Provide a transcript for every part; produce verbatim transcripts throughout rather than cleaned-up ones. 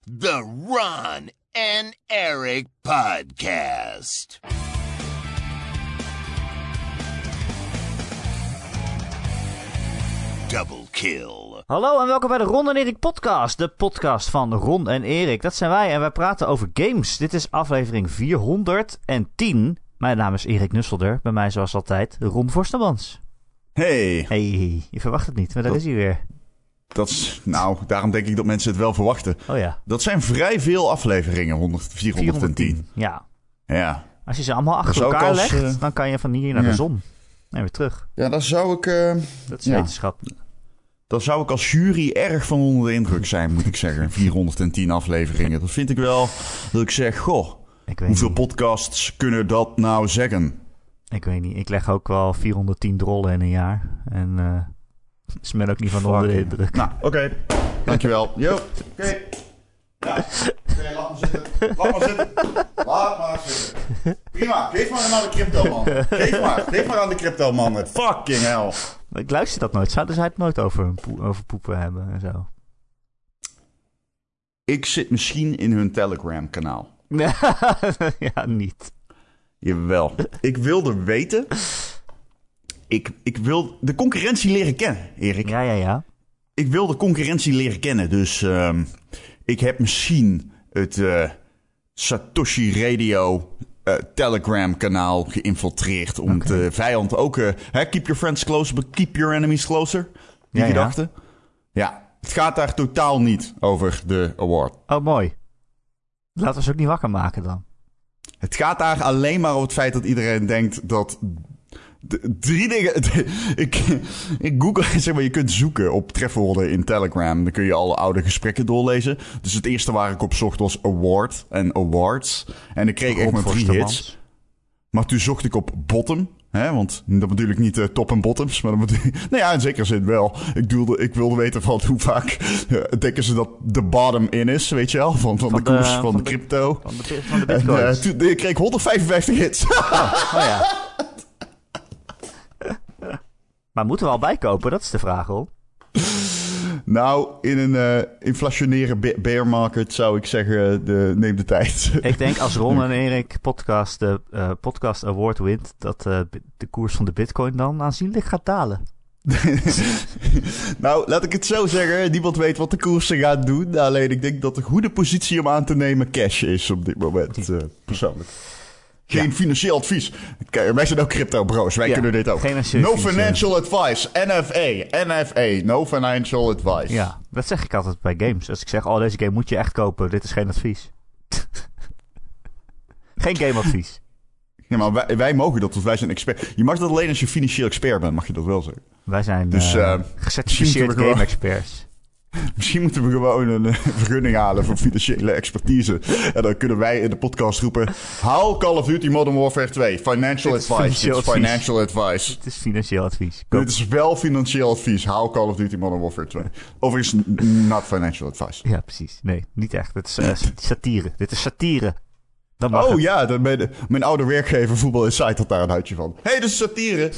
The Ron and Eric Podcast. Double kill. Hallo en welkom bij de Ron en Erik Podcast. De podcast van Ron en Erik. Dat zijn wij en wij praten over games. Dit is aflevering vierhonderdtien. Mijn naam is Erik Nusselder. Bij mij zoals altijd Ron Forstemans. Hey. Hey, je verwacht het niet, maar daar dat, is hij weer. Dat is, nou, daarom denk ik dat mensen het wel verwachten. Oh ja. Dat zijn vrij veel afleveringen, honderd, vierhonderdtien. Ja. Ja. Als je ze allemaal achter elkaar als, legt, uh, dan kan je van hier naar ja. de zon. En weer terug. Ja, dan zou ik... Uh, dat is ja. wetenschap. Dan zou ik als jury erg van onder de indruk zijn, moet ik zeggen. vierhonderdtien afleveringen. Dat vind ik wel dat ik zeg, goh, ik weet hoeveel niet. podcasts kunnen dat nou zeggen? Ik weet niet. Ik leg ook wel vierhonderdtien drollen in een jaar. En uh, is men ook niet van onder de indruk. Nou, oké. Okay. Dankjewel. Jo, oké. Okay. Ja, okay, laat maar zitten. Laat maar zitten. Laat maar zitten. Prima, geef maar aan de crypto, man. Geef maar, geef maar aan de crypto, man. Fucking hell. Ik luister dat nooit. Zouden zij het nooit over, po- over poepen hebben en zo? Ik zit misschien in hun Telegram-kanaal. Ja, niet. Jawel. Ik wilde weten... Ik, ik wil de concurrentie leren kennen, Erik. Ja, ja, ja. Ik wil de concurrentie leren kennen. Dus um, ik heb misschien het uh, Satoshi Radio uh, Telegram-kanaal geïnfiltreerd. Om okay. de vijand ook... Uh, hè, keep your friends closer, but keep your enemies closer. Die ja, gedachte. Ja. ja, het gaat daar totaal niet over de award. Oh, mooi. Laten we ze ook niet wakker maken dan. Het gaat daar alleen maar over het feit dat iedereen denkt dat... De, drie dingen. Ik, ik google, zeg maar, je kunt zoeken op trefwoorden in Telegram. Dan kun je alle oude gesprekken doorlezen. Dus het eerste waar ik op zocht was award en awards. En ik kreeg echt maar drie hits. Maar toen zocht ik op bottom. Hè, want dat bedoel ik niet uh, top en bottoms. Maar dat bedoel ik, nou ja, in zekere zin wel. Ik, doelde, ik wilde weten van hoe vaak uh, denken ze dat de bottom in is. Weet je wel? Van, van, van de koers van, van de, de crypto. Van de, van de bitcoins. En, uh, toen, ik kreeg honderdvijfenvijftig hits. Oh, oh ja. Maar moeten we al bijkopen? Dat is de vraag, hoor. Nou, in een uh, inflationaire bear market zou ik zeggen, de, neem de tijd. Ik denk als Ron en Erik podcast de uh, podcast award wint, dat uh, de koers van de bitcoin dan aanzienlijk gaat dalen. Nou, laat ik het zo zeggen. Niemand weet wat de koersen gaan doen. Alleen ik denk dat de goede positie om aan te nemen cash is op dit moment, uh, persoonlijk. Geen ja. financieel advies. Kijk, wij zijn ook crypto-bro's. Wij ja, kunnen dit ook. Geen no financial advice. N F A. N F A. No financial advice. Ja, dat zeg ik altijd bij games. Als ik zeg, oh, deze game moet je echt kopen. Dit is geen advies. Geen gameadvies. Ja, maar wij, wij mogen dat, want wij zijn expert. Je mag dat alleen als je financieel expert bent, mag je dat wel zeggen. Wij zijn dus, uh, uh, gecertificeerd game-experts. Misschien moeten we gewoon een uh, vergunning halen voor financiële expertise. En dan kunnen wij in de podcast roepen... Hou Call of Duty Modern Warfare twee. Financial advice. Financieel advies. Financial advice. Het is financieel advies. Dit is wel financieel advies. Hou Call of Duty Modern Warfare twee. Overigens, not financial advice. Ja, precies. Nee, niet echt. Het is uh, satire. Dit is satire. Dan mag oh het. Ja, de, mijn, mijn oude werkgever Voetbal Insight had daar een uitje van. Hé, hey, dit is satire.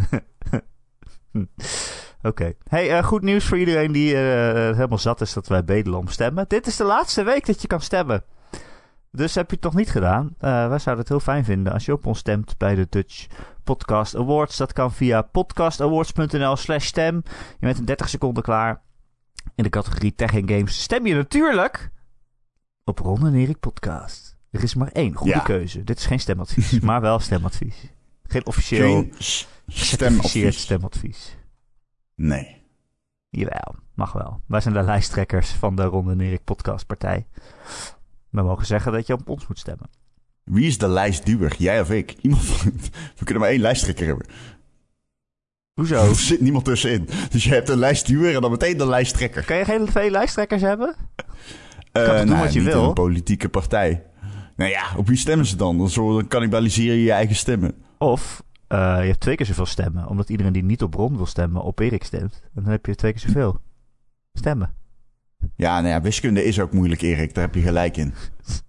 Oké. Okay. Hey, uh, goed nieuws voor iedereen die uh, helemaal zat is dat wij bedelen om stemmen. Dit is de laatste week dat je kan stemmen. Dus heb je het nog niet gedaan? Uh, wij zouden het heel fijn vinden als je op ons stemt bij de Dutch Podcast Awards. Dat kan via podcastawards.nl slash stem. Je bent in dertig seconden klaar. In de categorie Tech en Games stem je natuurlijk op Ron en Erik Podcast. Er is maar één goede ja. keuze. Dit is geen stemadvies, maar wel stemadvies. Geen officieel geen gecertificeerd stemadvies. Nee. Jawel, mag wel. Wij zijn de lijsttrekkers van de Ron en Erik podcastpartij. We mogen zeggen dat je op ons moet stemmen. Wie is de lijstduwer? Jij of ik? Iemand. We kunnen maar één lijsttrekker hebben. Hoezo? Er zit niemand tussenin. Dus je hebt een lijstduwer en dan meteen de lijsttrekker. Kan je geen twee lijsttrekkers hebben? Uh, kan doen nou, wat je niet wil. Een politieke partij. Nou ja, op wie stemmen ze dan? Dan cannibaliseer je je eigen stemmen. Of... Uh, je hebt twee keer zoveel stemmen. Omdat iedereen die niet op Ron wil stemmen, op Erik stemt. En dan heb je twee keer zoveel stemmen. Ja, nou ja, wiskunde is ook moeilijk, Erik. Daar heb je gelijk in.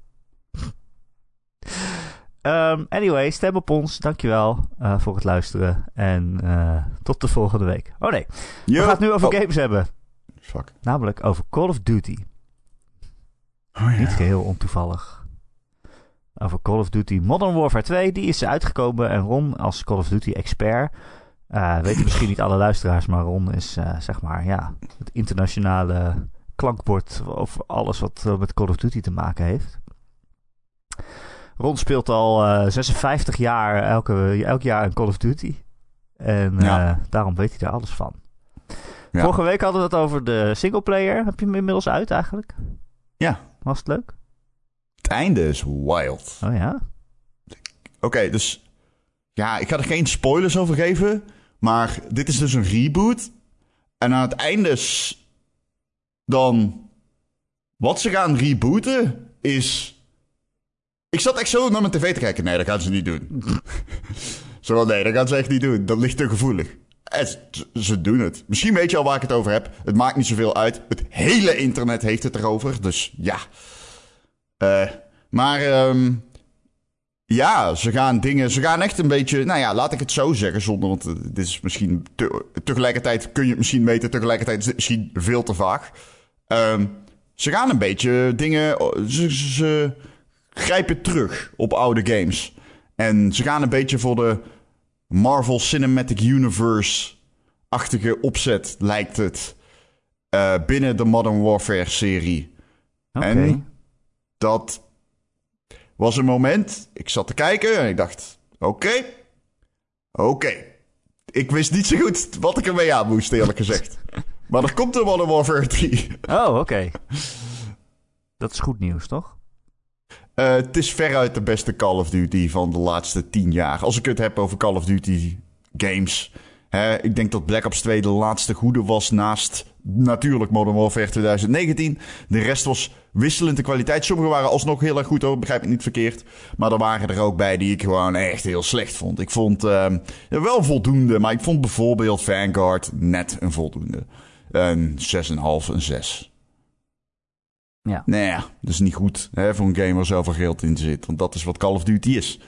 um, anyway, stem op ons. Dankjewel uh, voor het luisteren. En uh, tot de volgende week. Oh nee, Yo. we gaan het nu over oh. games hebben. Fuck. Namelijk over Call of Duty. Oh, ja. Niet geheel ontoevallig. Over Call of Duty Modern Warfare twee. Die is uitgekomen. En Ron als Call of Duty expert. Uh, weten misschien niet alle luisteraars. Maar Ron is uh, zeg maar ja, het internationale klankbord over alles wat uh, met Call of Duty te maken heeft. Ron speelt al uh, zesenvijftig jaar elke, elk jaar een Call of Duty. En uh, ja. daarom weet hij daar alles van. Ja. Vorige week hadden we het over de singleplayer. Heb je hem inmiddels uit eigenlijk? Ja. Was het leuk? Het einde is wild. Oh ja? Oké, okay, dus... Ja, ik ga er geen spoilers over geven. Maar dit is dus een reboot. En aan het einde is... Dan... Wat ze gaan rebooten is... Ik zat echt zo naar mijn tv te kijken. Nee, dat gaan ze niet doen. Zo, nee, dat gaan ze echt niet doen. Dat ligt te gevoelig. En ze, ze doen het. Misschien weet je al waar ik het over heb. Het maakt niet zoveel uit. Het hele internet heeft het erover. Dus ja. Uh, maar um, ja, ze gaan dingen... Ze gaan echt een beetje... Nou ja, laat ik het zo zeggen. Zonder, want dit is misschien... Te, tegelijkertijd kun je het misschien weten. Tegelijkertijd is het misschien veel te vaag. Um, ze gaan een beetje dingen... Ze, ze, ze grijpen terug op oude games. En ze gaan een beetje voor de Marvel Cinematic Universe-achtige opzet, lijkt het. Uh, binnen de Modern Warfare-serie. Okay. En dat was een moment... Ik zat te kijken en ik dacht... Oké. Okay, Oké. Okay. Ik wist niet zo goed wat ik ermee aan moest, eerlijk gezegd. Maar er komt een Modern Warfare drie. Oh, oké. Okay. Dat is goed nieuws, toch? Uh, het is veruit de beste Call of Duty van de laatste tien jaar. Als ik het heb over Call of Duty games. Hè, ik denk dat Black Ops twee de laatste goede was naast natuurlijk Modern Warfare twintig negentien. De rest was wisselende kwaliteit. Sommige waren alsnog heel erg goed hoor, begrijp ik niet verkeerd. Maar er waren er ook bij die ik gewoon echt heel slecht vond. Ik vond uh, wel voldoende, maar ik vond bijvoorbeeld Vanguard net een voldoende. Een zes komma vijf, een zes. Ja. Nee, ja, dat is niet goed hè, voor een game waar zoveel geld in zit. Want dat is wat Call of Duty is.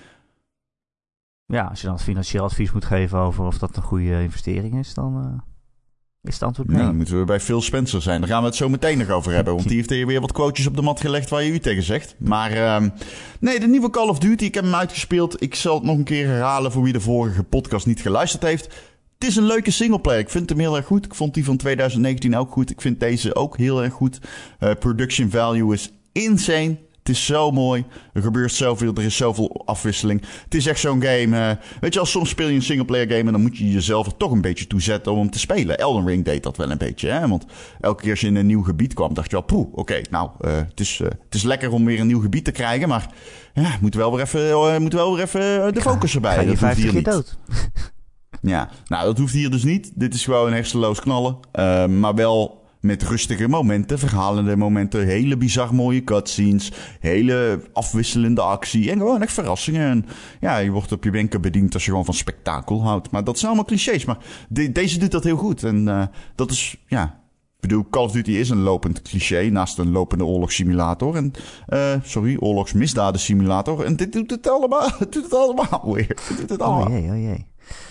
Ja, als je dan financieel advies moet geven over of dat een goede investering is, dan uh, is het antwoord nee. Nee, dan moeten we bij Phil Spencer zijn. Daar gaan we het zo meteen nog over hebben. Want die heeft hier weer wat quotejes op de mat gelegd waar je u tegen zegt. Maar uh, nee, de nieuwe Call of Duty, ik heb hem uitgespeeld. Ik zal het nog een keer herhalen voor wie de vorige podcast niet geluisterd heeft. Het is een leuke singleplayer. Ik vind hem heel erg goed. Ik vond die van twintig negentien ook goed. Ik vind deze ook heel erg goed. Uh, production value is insane. Het is zo mooi. Er gebeurt zoveel. Er is zoveel afwisseling. Het is echt zo'n game. Uh, weet je, als soms speel je een singleplayer game en dan moet je jezelf er toch een beetje toe zetten om hem te spelen. Elden Ring deed dat wel een beetje. Hè? Want elke keer als je in een nieuw gebied kwam, dacht je wel, poeh, oké, okay, nou, uh, het, is, uh, het is lekker om weer een nieuw gebied te krijgen. Maar ja, moet wel weer even, uh, moet wel weer even de focus erbij. Ga je vijftig keer dood. Ja, nou dat hoeft hier dus niet. Dit is gewoon hersenloos knallen. Uh, maar wel met rustige momenten, verhalende momenten, hele bizar mooie cutscenes, hele afwisselende actie en gewoon echt verrassingen. En ja, je wordt op je wenken bediend als je gewoon van spektakel houdt. Maar dat zijn allemaal clichés. Maar de, deze doet dat heel goed. En uh, dat is, ja... Ik bedoel, Call of Duty is een lopend cliché naast een lopende oorlogssimulator. En, uh, sorry, oorlogsmisdadensimulator. En dit doet het allemaal, het doet het allemaal weer. Het doet het allemaal. Oh jee, oh jee.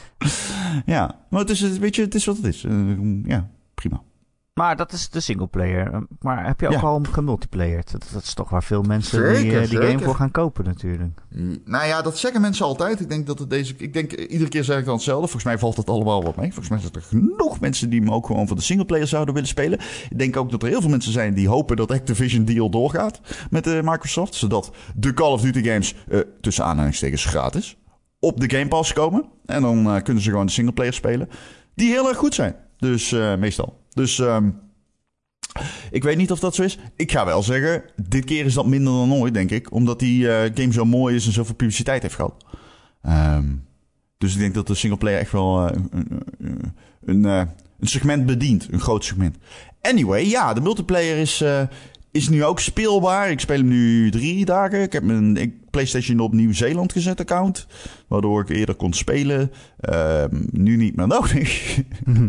Ja, maar het is, weet je, het is wat het is. Uh, ja, prima. Maar dat is de singleplayer. Maar heb je ook ja. al gemultiplayerd? Dat, dat is toch waar veel mensen zeker, die, uh, die zeker. game voor gaan kopen natuurlijk. Nou ja, dat zeggen mensen altijd. Ik denk dat het deze... Ik denk, iedere keer zeg ik dan hetzelfde. Volgens mij valt het allemaal wat mee. Volgens mij zijn er genoeg mensen die hem ook gewoon voor de singleplayer zouden willen spelen. Ik denk ook dat er heel veel mensen zijn die hopen dat Activision deal doorgaat met uh, Microsoft. Zodat de Call of Duty games uh, tussen aanhalingstekens gratis op de Game Pass komen. En dan uh, kunnen ze gewoon de singleplayer spelen. Die heel erg goed zijn. Dus uh, meestal. Dus um, ik weet niet of dat zo is. Ik ga wel zeggen, dit keer is dat minder dan ooit, denk ik. Omdat die uh, game zo mooi is en zoveel publiciteit heeft gehad. Um, dus ik denk dat de singleplayer echt wel uh, een, een, een, uh, een segment bedient. Een groot segment. Anyway, ja, de multiplayer is... Uh, Is nu ook speelbaar. Ik speel hem nu drie dagen. Ik heb mijn PlayStation op Nieuw-Zeeland gezet account. Waardoor ik eerder kon spelen. Uh, nu niet meer nodig.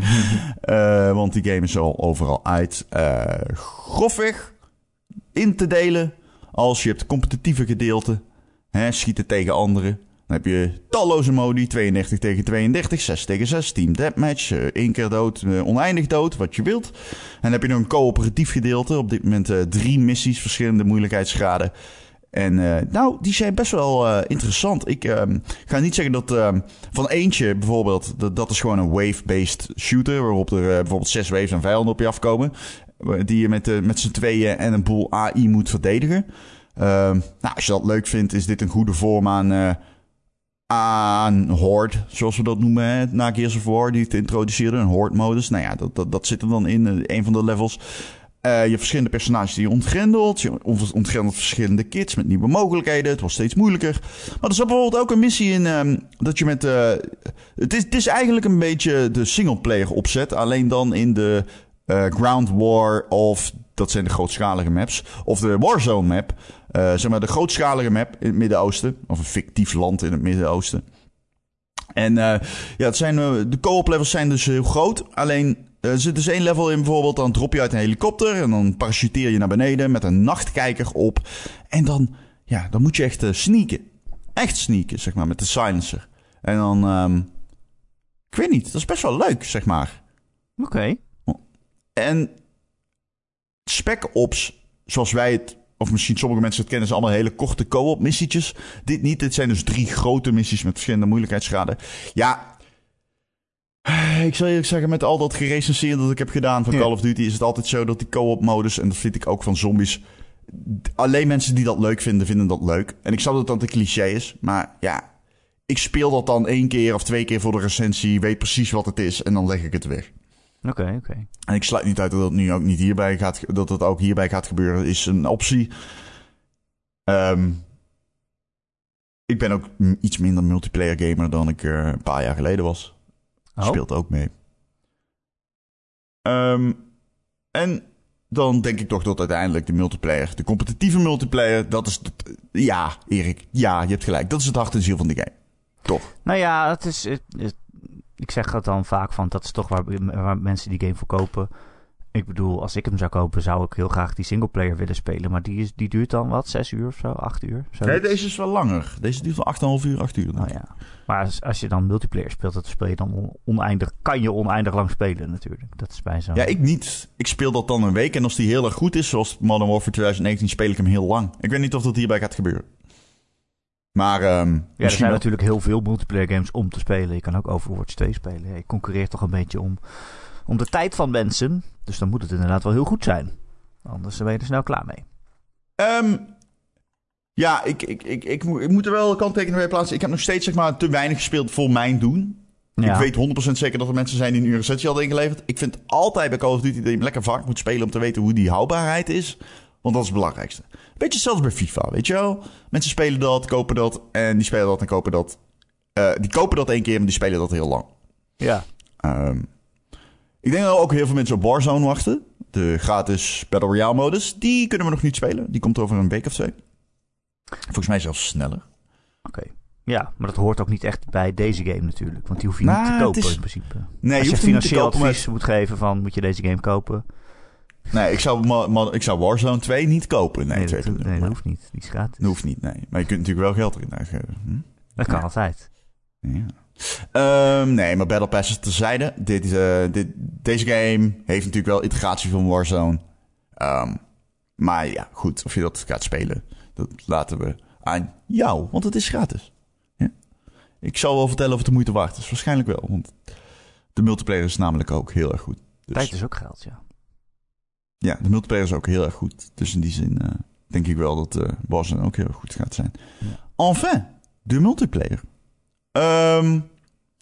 uh, want die game is al overal uit. Uh, grofweg in te delen. Als je hebt competitieve gedeelte. Hè, schieten tegen anderen. Dan heb je talloze modi, tweeëndertig tegen tweeëndertig, zes tegen zes, team deathmatch, uh, één keer dood, uh, oneindig dood, wat je wilt. En dan heb je nog een coöperatief gedeelte, op dit moment uh, drie missies, verschillende moeilijkheidsgraden. En uh, nou, die zijn best wel uh, interessant. Ik uh, ga niet zeggen dat uh, van eentje bijvoorbeeld, dat, dat is gewoon een wave-based shooter, waarop er uh, bijvoorbeeld zes waves aan vijanden op je afkomen, die je met, uh, met z'n tweeën en een boel A I moet verdedigen. Uh, nou, als je dat leuk vindt, is dit een goede vorm aan... Uh, aan Horde, zoals we dat noemen, hè, na Gears of War, die het introduceerde, een Horde-modus. Nou ja, dat, dat, dat zit er dan in, uh, een van de levels. Uh, je hebt verschillende personages die je ontgrendelt. Je ontgrendelt verschillende kits met nieuwe mogelijkheden. Het wordt steeds moeilijker. Maar er zat bijvoorbeeld ook een missie in um, dat je met... Uh, het, is, het is eigenlijk een beetje de singleplayer opzet, alleen dan in de uh, Ground War of... Dat zijn de grootschalige maps. Of de Warzone map. Uh, zeg maar de grootschalige map in het Midden-Oosten. Of een fictief land in het Midden-Oosten. En uh, ja, het zijn, uh, de co-op levels zijn dus heel groot. Alleen uh, er zit dus één level in bijvoorbeeld. Dan drop je uit een helikopter. En dan parachuteer je naar beneden met een nachtkijker op. En dan, ja, dan moet je echt uh, sneaken. Echt sneaken, zeg maar, met de silencer. En dan, um, ik weet niet, dat is best wel leuk, zeg maar. Oké. Okay. En Spec Ops, zoals wij het, of misschien sommige mensen het kennen, zijn allemaal hele korte co-op missietjes. Dit niet, dit zijn dus drie grote missies met verschillende moeilijkheidsgraden. Ja, ik zal eerlijk zeggen, met al dat gerecenseerd dat ik heb gedaan van ja. Call of Duty, is het altijd zo dat die co-op modus, en dat vind ik ook van zombies, alleen mensen die dat leuk vinden, vinden dat leuk. En ik snap dat dat een cliché is, maar ja, ik speel dat dan één keer of twee keer voor de recensie, weet precies wat het is en dan leg ik het weg. Oké, okay, oké. Okay. En ik sluit niet uit dat het nu ook niet hierbij gaat, dat het ook hierbij gaat gebeuren, is een optie. Um, ik ben ook iets minder multiplayer gamer dan ik uh, een paar jaar geleden was. Oh. Speelt ook mee. Um, en dan denk ik toch dat uiteindelijk de multiplayer, de competitieve multiplayer, dat is... De, ja, Erik, ja, je hebt gelijk. Dat is het hart en ziel van de game. Toch? Nou ja, het is... Het, het, ik zeg het dan vaak van, dat is toch waar, waar mensen die game voor kopen. Ik bedoel, als ik hem zou kopen, zou ik heel graag die singleplayer willen spelen. Maar die, is, die duurt dan wat? Zes uur of zo? Acht uur? Zoiets. Nee, deze is wel langer. Deze duurt wel acht en een half uur, acht uur. Oh, ja. Maar als, als je dan multiplayer speelt, dat speel je dan oneindig, kan je oneindig lang spelen natuurlijk. Dat is bij zo'n... Ja, ik niet. Ik speel dat dan een week. En als die heel erg goed is, zoals Modern Warfare twintig negentien, speel ik hem heel lang. Ik weet niet of dat hierbij gaat gebeuren. Maar um, ja, er zijn wel... natuurlijk heel veel multiplayer games om te spelen. Je kan ook Overwatch twee spelen. Ja, je concurreert toch een beetje om, om de tijd van mensen. Dus dan moet het inderdaad wel heel goed zijn. Anders ben je er snel klaar mee. Um, ja, ik, ik, ik, ik, ik moet er wel kanttekeningen bij plaatsen. Ik heb nog steeds zeg maar, te weinig gespeeld voor mijn doen. Ja. Ik weet honderd procent zeker dat er mensen zijn die een recensie hadden ingeleverd. Ik vind altijd bij Call of Duty dat je hem lekker vaak moet spelen om te weten hoe die houdbaarheid is. Want dat is het belangrijkste. Beetje zelfs bij FIFA, weet je wel? Mensen spelen dat, kopen dat en die spelen dat en kopen dat. Uh, die kopen dat één keer, maar die spelen dat heel lang. Ja. Um, ik denk dat ook heel veel mensen op Warzone wachten. De gratis Battle Royale modus. Die kunnen we nog niet spelen. Die komt over een week of twee. Volgens mij zelfs sneller. Oké. Okay. Ja, maar dat hoort ook niet echt bij deze game natuurlijk. Want die hoef je nou, niet te kopen is... in principe. Nee, Als je, je financieel kopen, advies maar... moet geven van, moet je deze game kopen? Nee, ik zou, ma- ma- ik zou Warzone twee niet kopen. Nee, nee, twee dat, nee dat hoeft niet. Die is gratis. Dat hoeft niet, nee. Maar je kunt natuurlijk wel geld erin uitgeven. Hm? Dat kan ja. altijd. Ja. Um, nee, maar Battle Pass is terzijde. Dit, uh, dit, deze game heeft natuurlijk wel integratie van Warzone. Um, maar ja, goed. Of je dat gaat spelen, dat laten we aan jou. Want het is gratis. Ja? Ik zal wel vertellen of het de moeite waard is. Waarschijnlijk wel. Want de multiplayer is namelijk ook heel erg goed. Dus... Tijd is ook geld, ja. Ja, de multiplayer is ook heel erg goed. Dus in die zin uh, denk ik wel dat uh, Warzone ook heel erg goed gaat zijn. Ja. Enfin, de multiplayer. Um,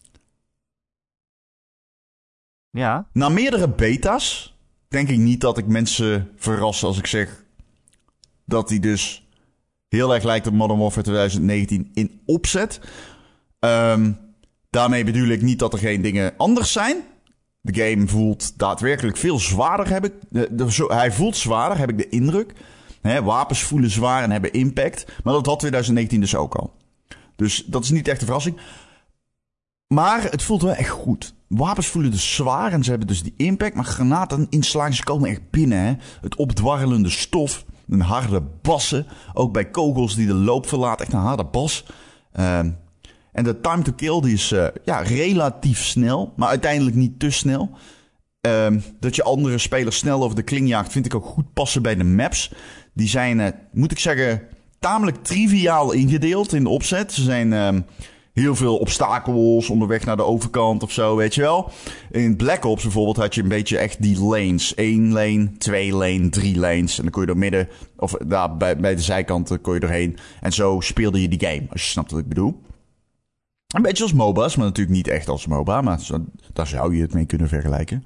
ja. Na meerdere beta's denk ik niet dat ik mensen verras als ik zeg dat die dus heel erg lijkt op Modern Warfare twintig negentien in opzet. Um, daarmee bedoel ik niet dat er geen dingen anders zijn. De game voelt daadwerkelijk veel zwaarder, heb ik... De, de, zo, hij voelt zwaarder, heb ik de indruk. He, wapens voelen zwaar en hebben impact. Maar dat had twintig negentien dus ook al. Dus dat is niet echt een verrassing. Maar het voelt wel echt goed. Wapens voelen dus zwaar en ze hebben dus die impact. Maar granateninslagen, ze komen echt binnen. Hè? Het opdwarrelende stof, een harde bassen. Ook bij kogels die de loop verlaten, echt een harde bas. Uh, En de time to kill die is uh, ja, relatief snel, maar uiteindelijk niet te snel. Um, dat je andere spelers snel over de kling jaagt, vind ik ook goed passen bij de maps. Die zijn, uh, moet ik zeggen, tamelijk triviaal ingedeeld in de opzet. Ze zijn um, heel veel obstakels onderweg naar de overkant of zo, weet je wel. In Black Ops bijvoorbeeld had je een beetje echt die lanes. Eén lane, twee lane, drie lanes. En dan kon je door midden, of daar bij, bij de zijkanten kon je doorheen. En zo speelde je die game, als je snapt wat ik bedoel. Een beetje als MOBA's, maar natuurlijk niet echt als MOBA. Maar zo, daar zou je het mee kunnen vergelijken.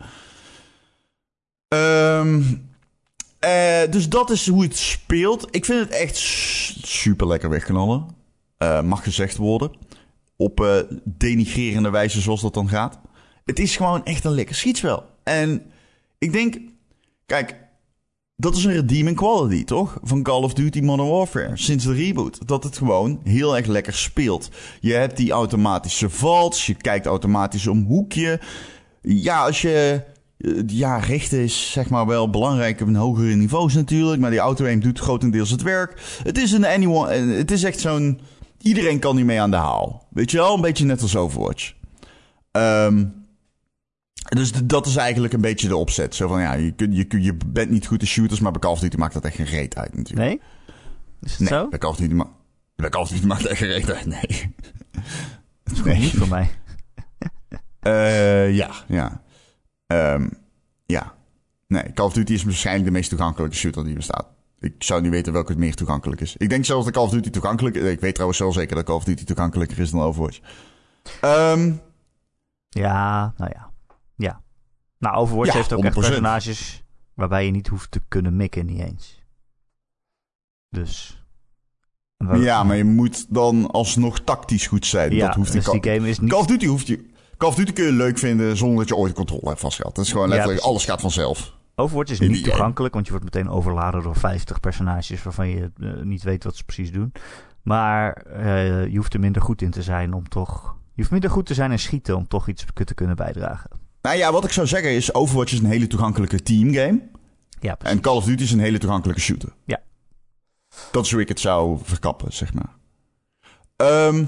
Um, uh, dus dat is hoe het speelt. Ik vind het echt super lekker wegknallen. Uh, mag gezegd worden. Op uh, denigrerende wijze zoals dat dan gaat. Het is gewoon echt een lekker schietspel. En ik denk... Kijk, dat is een redeeming quality, toch? Van Call of Duty Modern Warfare. Sinds de reboot. Dat het gewoon heel erg lekker speelt. Je hebt die automatische vaults. Je kijkt automatisch om hoekje. Ja, als je... Ja, richten is zeg maar wel belangrijk op een hogere niveaus natuurlijk. Maar die auto-aim doet grotendeels het werk. Het is een anyone... Het is echt zo'n... Iedereen kan hiermee aan de haal. Weet je wel? Een beetje net als Overwatch. Um, dus d- dat is eigenlijk een beetje de opzet. Zo van, ja, je, je, je bent niet goed in shooters, maar bij Call of Duty maakt dat echt geen reet uit natuurlijk. Nee? Is het nee, zo? bij Call of Duty, ma- bij Call of Duty maakt dat echt geen reet uit, nee. Dat is gewoon niet voor mij. Uh, ja, ja. Um, ja. Nee, Call of Duty is waarschijnlijk de meest toegankelijke shooter die bestaat. Ik zou niet weten welke het meer toegankelijk is. Ik denk zelfs dat Call of Duty toegankelijk is. Ik weet trouwens wel zeker dat Call of Duty toegankelijker is dan Overwatch. Um, ja, nou ja. Ja. Nou, Overwatch ja, heeft ook honderd procent. echt personages waarbij je niet hoeft te kunnen mikken, niet eens. Dus... Ja, maar je moet dan alsnog tactisch goed zijn. Ja, dat hoeft dus in die game is niet... Call of Duty hoeft je... Call of Duty kun je leuk vinden zonder dat je ooit de controle hebt vastgehad. Dat is gewoon letterlijk, ja, alles gaat vanzelf. Overwatch is in niet die game. toegankelijk, want je wordt meteen overladen door vijftig personages waarvan je uh, niet weet wat ze precies doen. Maar uh, je hoeft er minder goed in te zijn om toch... Je hoeft minder goed te zijn in schieten om toch iets te kunnen bijdragen. Nou ja, wat ik zou zeggen is, Overwatch is een hele toegankelijke teamgame. Ja, precies. En Call of Duty is een hele toegankelijke shooter. Ja. Dat is hoe ik het zou verkappen, zeg maar. Um,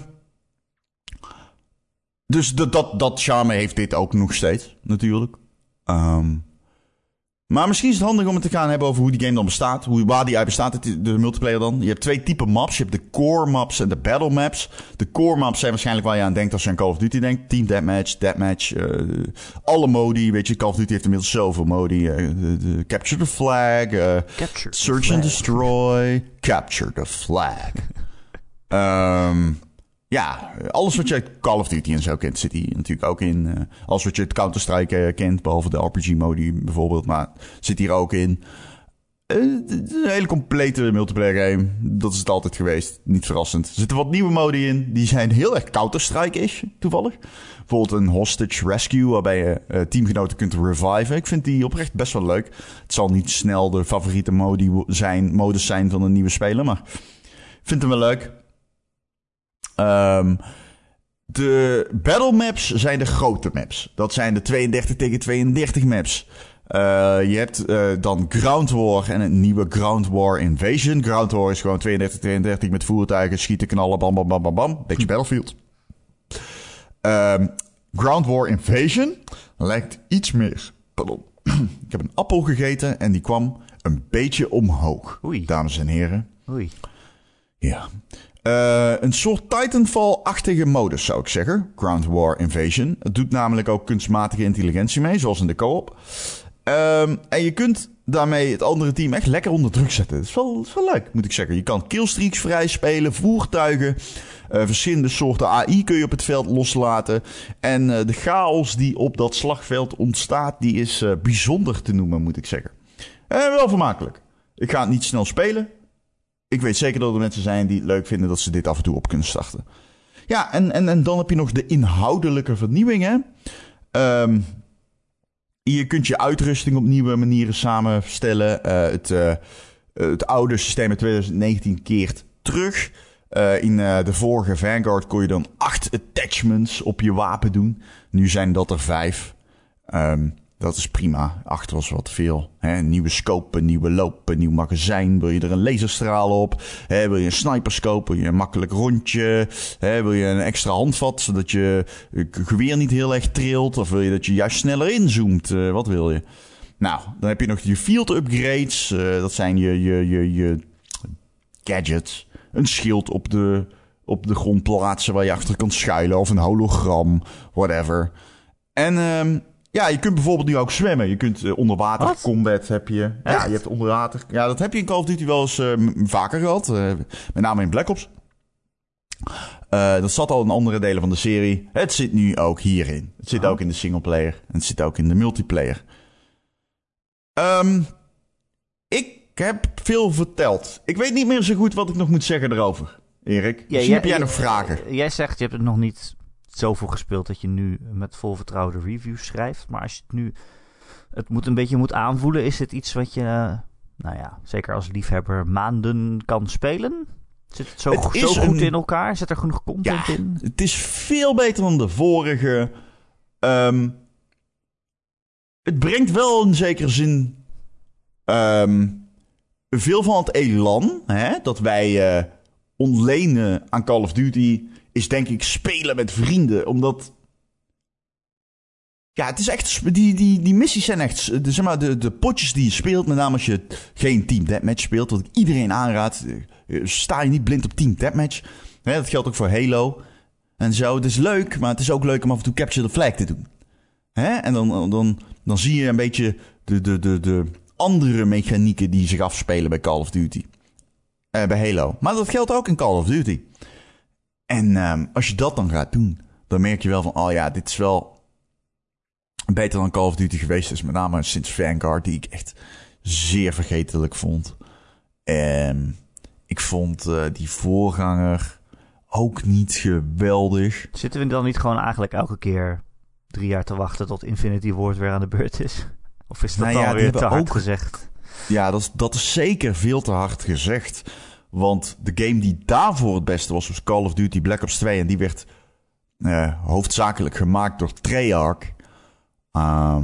dus de, dat, dat charme heeft dit ook nog steeds, natuurlijk. Um, maar misschien is het handig om het te gaan hebben over hoe die game dan bestaat. Hoe, waar die uit bestaat, de multiplayer dan. Je hebt twee typen maps. Je hebt de core maps en de battle maps. De core maps zijn waarschijnlijk waar je aan denkt als je aan Call of Duty denkt. Team Deathmatch, Deathmatch, uh, alle modi. Weet je, Call of Duty heeft inmiddels zoveel modi. Uh, de, de Capture the Flag, uh, Capture the Search flag. and Destroy, Capture the Flag. um, ja, alles wat je uit Call of Duty en zo kent, zit hier natuurlijk ook in. Uh, alles wat je uit Counter-Strike uh, kent, behalve de R P G-modi bijvoorbeeld, maar zit hier ook in. Uh, het is een hele complete multiplayer game. Dat is het altijd geweest. Niet verrassend. Er zitten wat nieuwe modi in. Die zijn heel erg Counter-Strike-ish, toevallig. Bijvoorbeeld een hostage rescue, waarbij je uh, teamgenoten kunt reviven. Ik vind die oprecht best wel leuk. Het zal niet snel de favoriete modi zijn, modus zijn van een nieuwe speler, maar ik vind hem wel leuk. Um, de battle maps zijn de grote maps. Dat zijn de tweeëndertig tegen tweeëndertig maps. Uh, je hebt uh, dan Ground War en een nieuwe Ground War Invasion. Ground War is gewoon tweeëndertig tweeëndertig met voertuigen, schieten, knallen, bam, bam, bam, bam, bam. Beetje Battlefield. Um, Ground War Invasion lijkt iets meer... Pardon. Ik heb een appel gegeten en die kwam een beetje omhoog. Oei. Dames en heren. Oei. Ja. Uh, een soort Titanfall-achtige modus, zou ik zeggen. Ground War Invasion. Het doet namelijk ook kunstmatige intelligentie mee, zoals in de co-op. Um, en je kunt daarmee het andere team echt lekker onder druk zetten. Dat is wel, dat is wel leuk, moet ik zeggen. Je kan killstreaks vrij spelen, voertuigen, uh, verschillende soorten A I kun je op het veld loslaten. En uh, de chaos die op dat slagveld ontstaat, die is uh, bijzonder te noemen, moet ik zeggen. En uh, wel vermakelijk. Ik ga het niet snel spelen. Ik weet zeker dat er mensen zijn die het leuk vinden dat ze dit af en toe op kunnen starten. Ja, en, en, en dan heb je nog de inhoudelijke vernieuwingen. Um, je kunt je uitrusting op nieuwe manieren samenstellen. Uh, het, uh, het oude systeem uit twintig negentien keert terug. Uh, in uh, de vorige Vanguard kon je dan acht attachments op je wapen doen. Nu zijn dat er vijf. Um, Dat is prima. acht was wat veel. Hè? Nieuwe scope, nieuwe loop, een nieuw magazijn. Wil je er een laserstraal op? Hè? Wil je een sniperscope? Wil je een makkelijk rondje? Hè? Wil je een extra handvat, zodat je geweer niet heel erg trilt? Of wil je dat je juist sneller inzoomt? Uh, wat wil je? Nou, dan heb je nog je field upgrades. Uh, dat zijn je, je, je, je gadgets. Een schild op de, op de grond plaatsen waar je achter kan schuilen. Of een hologram, whatever. En... Um, Ja, je kunt bijvoorbeeld nu ook zwemmen. Je kunt uh, onderwater Wat? combat heb je. Echt? Ja, je hebt onderwater. Ja, dat heb je in Call of Duty wel eens uh, vaker gehad. Uh, met name in Black Ops. Uh, dat zat al in andere delen van de serie. Het zit nu ook hierin. Het zit Oh. ook in de singleplayer. En het zit ook in de multiplayer. Um, ik heb veel verteld. Ik weet niet meer zo goed wat ik nog moet zeggen erover, Erik. Ja, Misschien jij- heb jij jij- nog vragen. Jij zegt, je hebt het nog niet zoveel gespeeld dat je nu met vol vertrouwen de reviews schrijft. Maar als je het nu het moet een beetje moet aanvoelen, is het iets wat je, uh, nou ja, zeker als liefhebber maanden kan spelen? Zit het zo, Het zo is goed een- in elkaar? Zit er genoeg content Ja, in? het is veel beter dan de vorige. Um, het brengt wel in zekere zin um, veel van het elan, hè, dat wij uh, ontlenen aan Call of Duty, is denk ik spelen met vrienden. Omdat... Ja, het is echt... Die, die, die missies zijn echt... De, zeg maar, de, de potjes die je speelt, met name als je geen Team Deathmatch speelt, wat ik iedereen aanraad, sta je niet blind op Team Deathmatch. Hè, dat geldt ook voor Halo. En zo, het is leuk, maar het is ook leuk om af en toe Capture the Flag te doen. Hè? En dan, dan, dan zie je een beetje de, de, de, de andere mechanieken die zich afspelen bij Call of Duty. Uh, bij Halo. Maar dat geldt ook in Call of Duty. En um, als je dat dan gaat doen, dan merk je wel van, oh ja, dit is wel beter dan Call of Duty geweest is. Met name sinds Vanguard, die ik echt zeer vergetelijk vond. En ik vond uh, die voorganger ook niet geweldig. Zitten we dan niet gewoon eigenlijk elke keer drie jaar te wachten tot Infinity Ward weer aan de beurt is? Of is dat Nou dan ja, die weer te hebben hard ook- gezegd? Ja, dat is, dat is zeker veel te hard gezegd. Want de game die daarvoor het beste was, was Call of Duty Black Ops twee. En die werd uh, hoofdzakelijk gemaakt door Treyarch. Uh,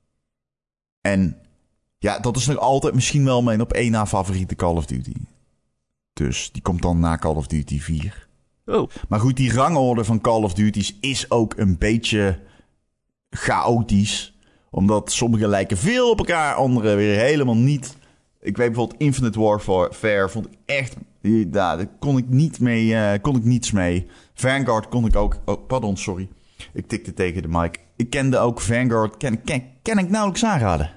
en ja, dat is nog altijd misschien wel mijn op één na favoriete Call of Duty. Dus die komt dan na Call of Duty vier. Oh, Maar goed, die rangorde van Call of Duty's is ook een beetje chaotisch. Omdat sommige lijken veel op elkaar, andere weer helemaal niet. Ik weet bijvoorbeeld Infinite Warfare vond ik echt... Ja, daar kon ik niet mee, uh, kon ik niets mee. Vanguard kon ik ook... Oh, pardon, sorry. Ik tikte tegen de mic. Ik kende ook Vanguard, ken, ken, ken ik nauwelijks aanraden.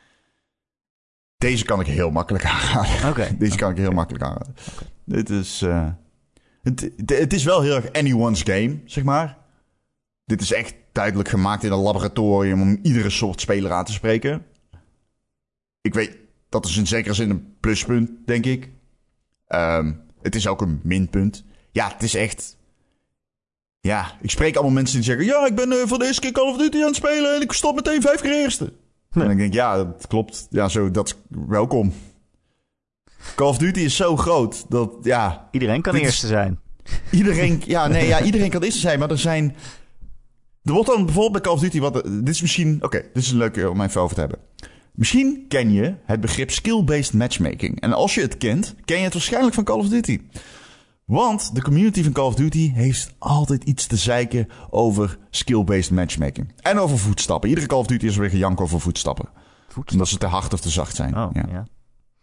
Deze kan ik heel makkelijk aanraden. oké. Deze kan ik heel makkelijk aanraden. Dit is... Uh, het, het, het is wel heel erg anyone's game, zeg maar. Dit is echt duidelijk gemaakt in een laboratorium om iedere soort speler aan te spreken. Ik weet, dat is in zekere zin een pluspunt, denk ik. Um, het is ook een minpunt. Ja, het is echt... Ja, ik spreek allemaal mensen die zeggen... Ja, ik ben uh, voor de eerste keer Call of Duty aan het spelen en ik stop meteen vijf keer eerste. Nee. En ik denk, ja, dat klopt. Ja, zo, dat is welkom. Call of Duty is zo groot dat, ja... Iedereen kan Dit is- eerste zijn. Iedereen, ja, nee, ja, iedereen kan eerste zijn, maar er zijn... Er wordt dan bijvoorbeeld bij Call of Duty... Wat, dit is misschien... Oké, okay, dit is een leuke om even over te hebben. Misschien ken je het begrip skill-based matchmaking. En als je het kent, ken je het waarschijnlijk van Call of Duty. Want de community van Call of Duty heeft altijd iets te zeiken over skill-based matchmaking. En over voetstappen. Iedere Call of Duty is weer gejank over voetstappen. Voetstap. Omdat ze te hard of te zacht zijn. Oh, ja. ja.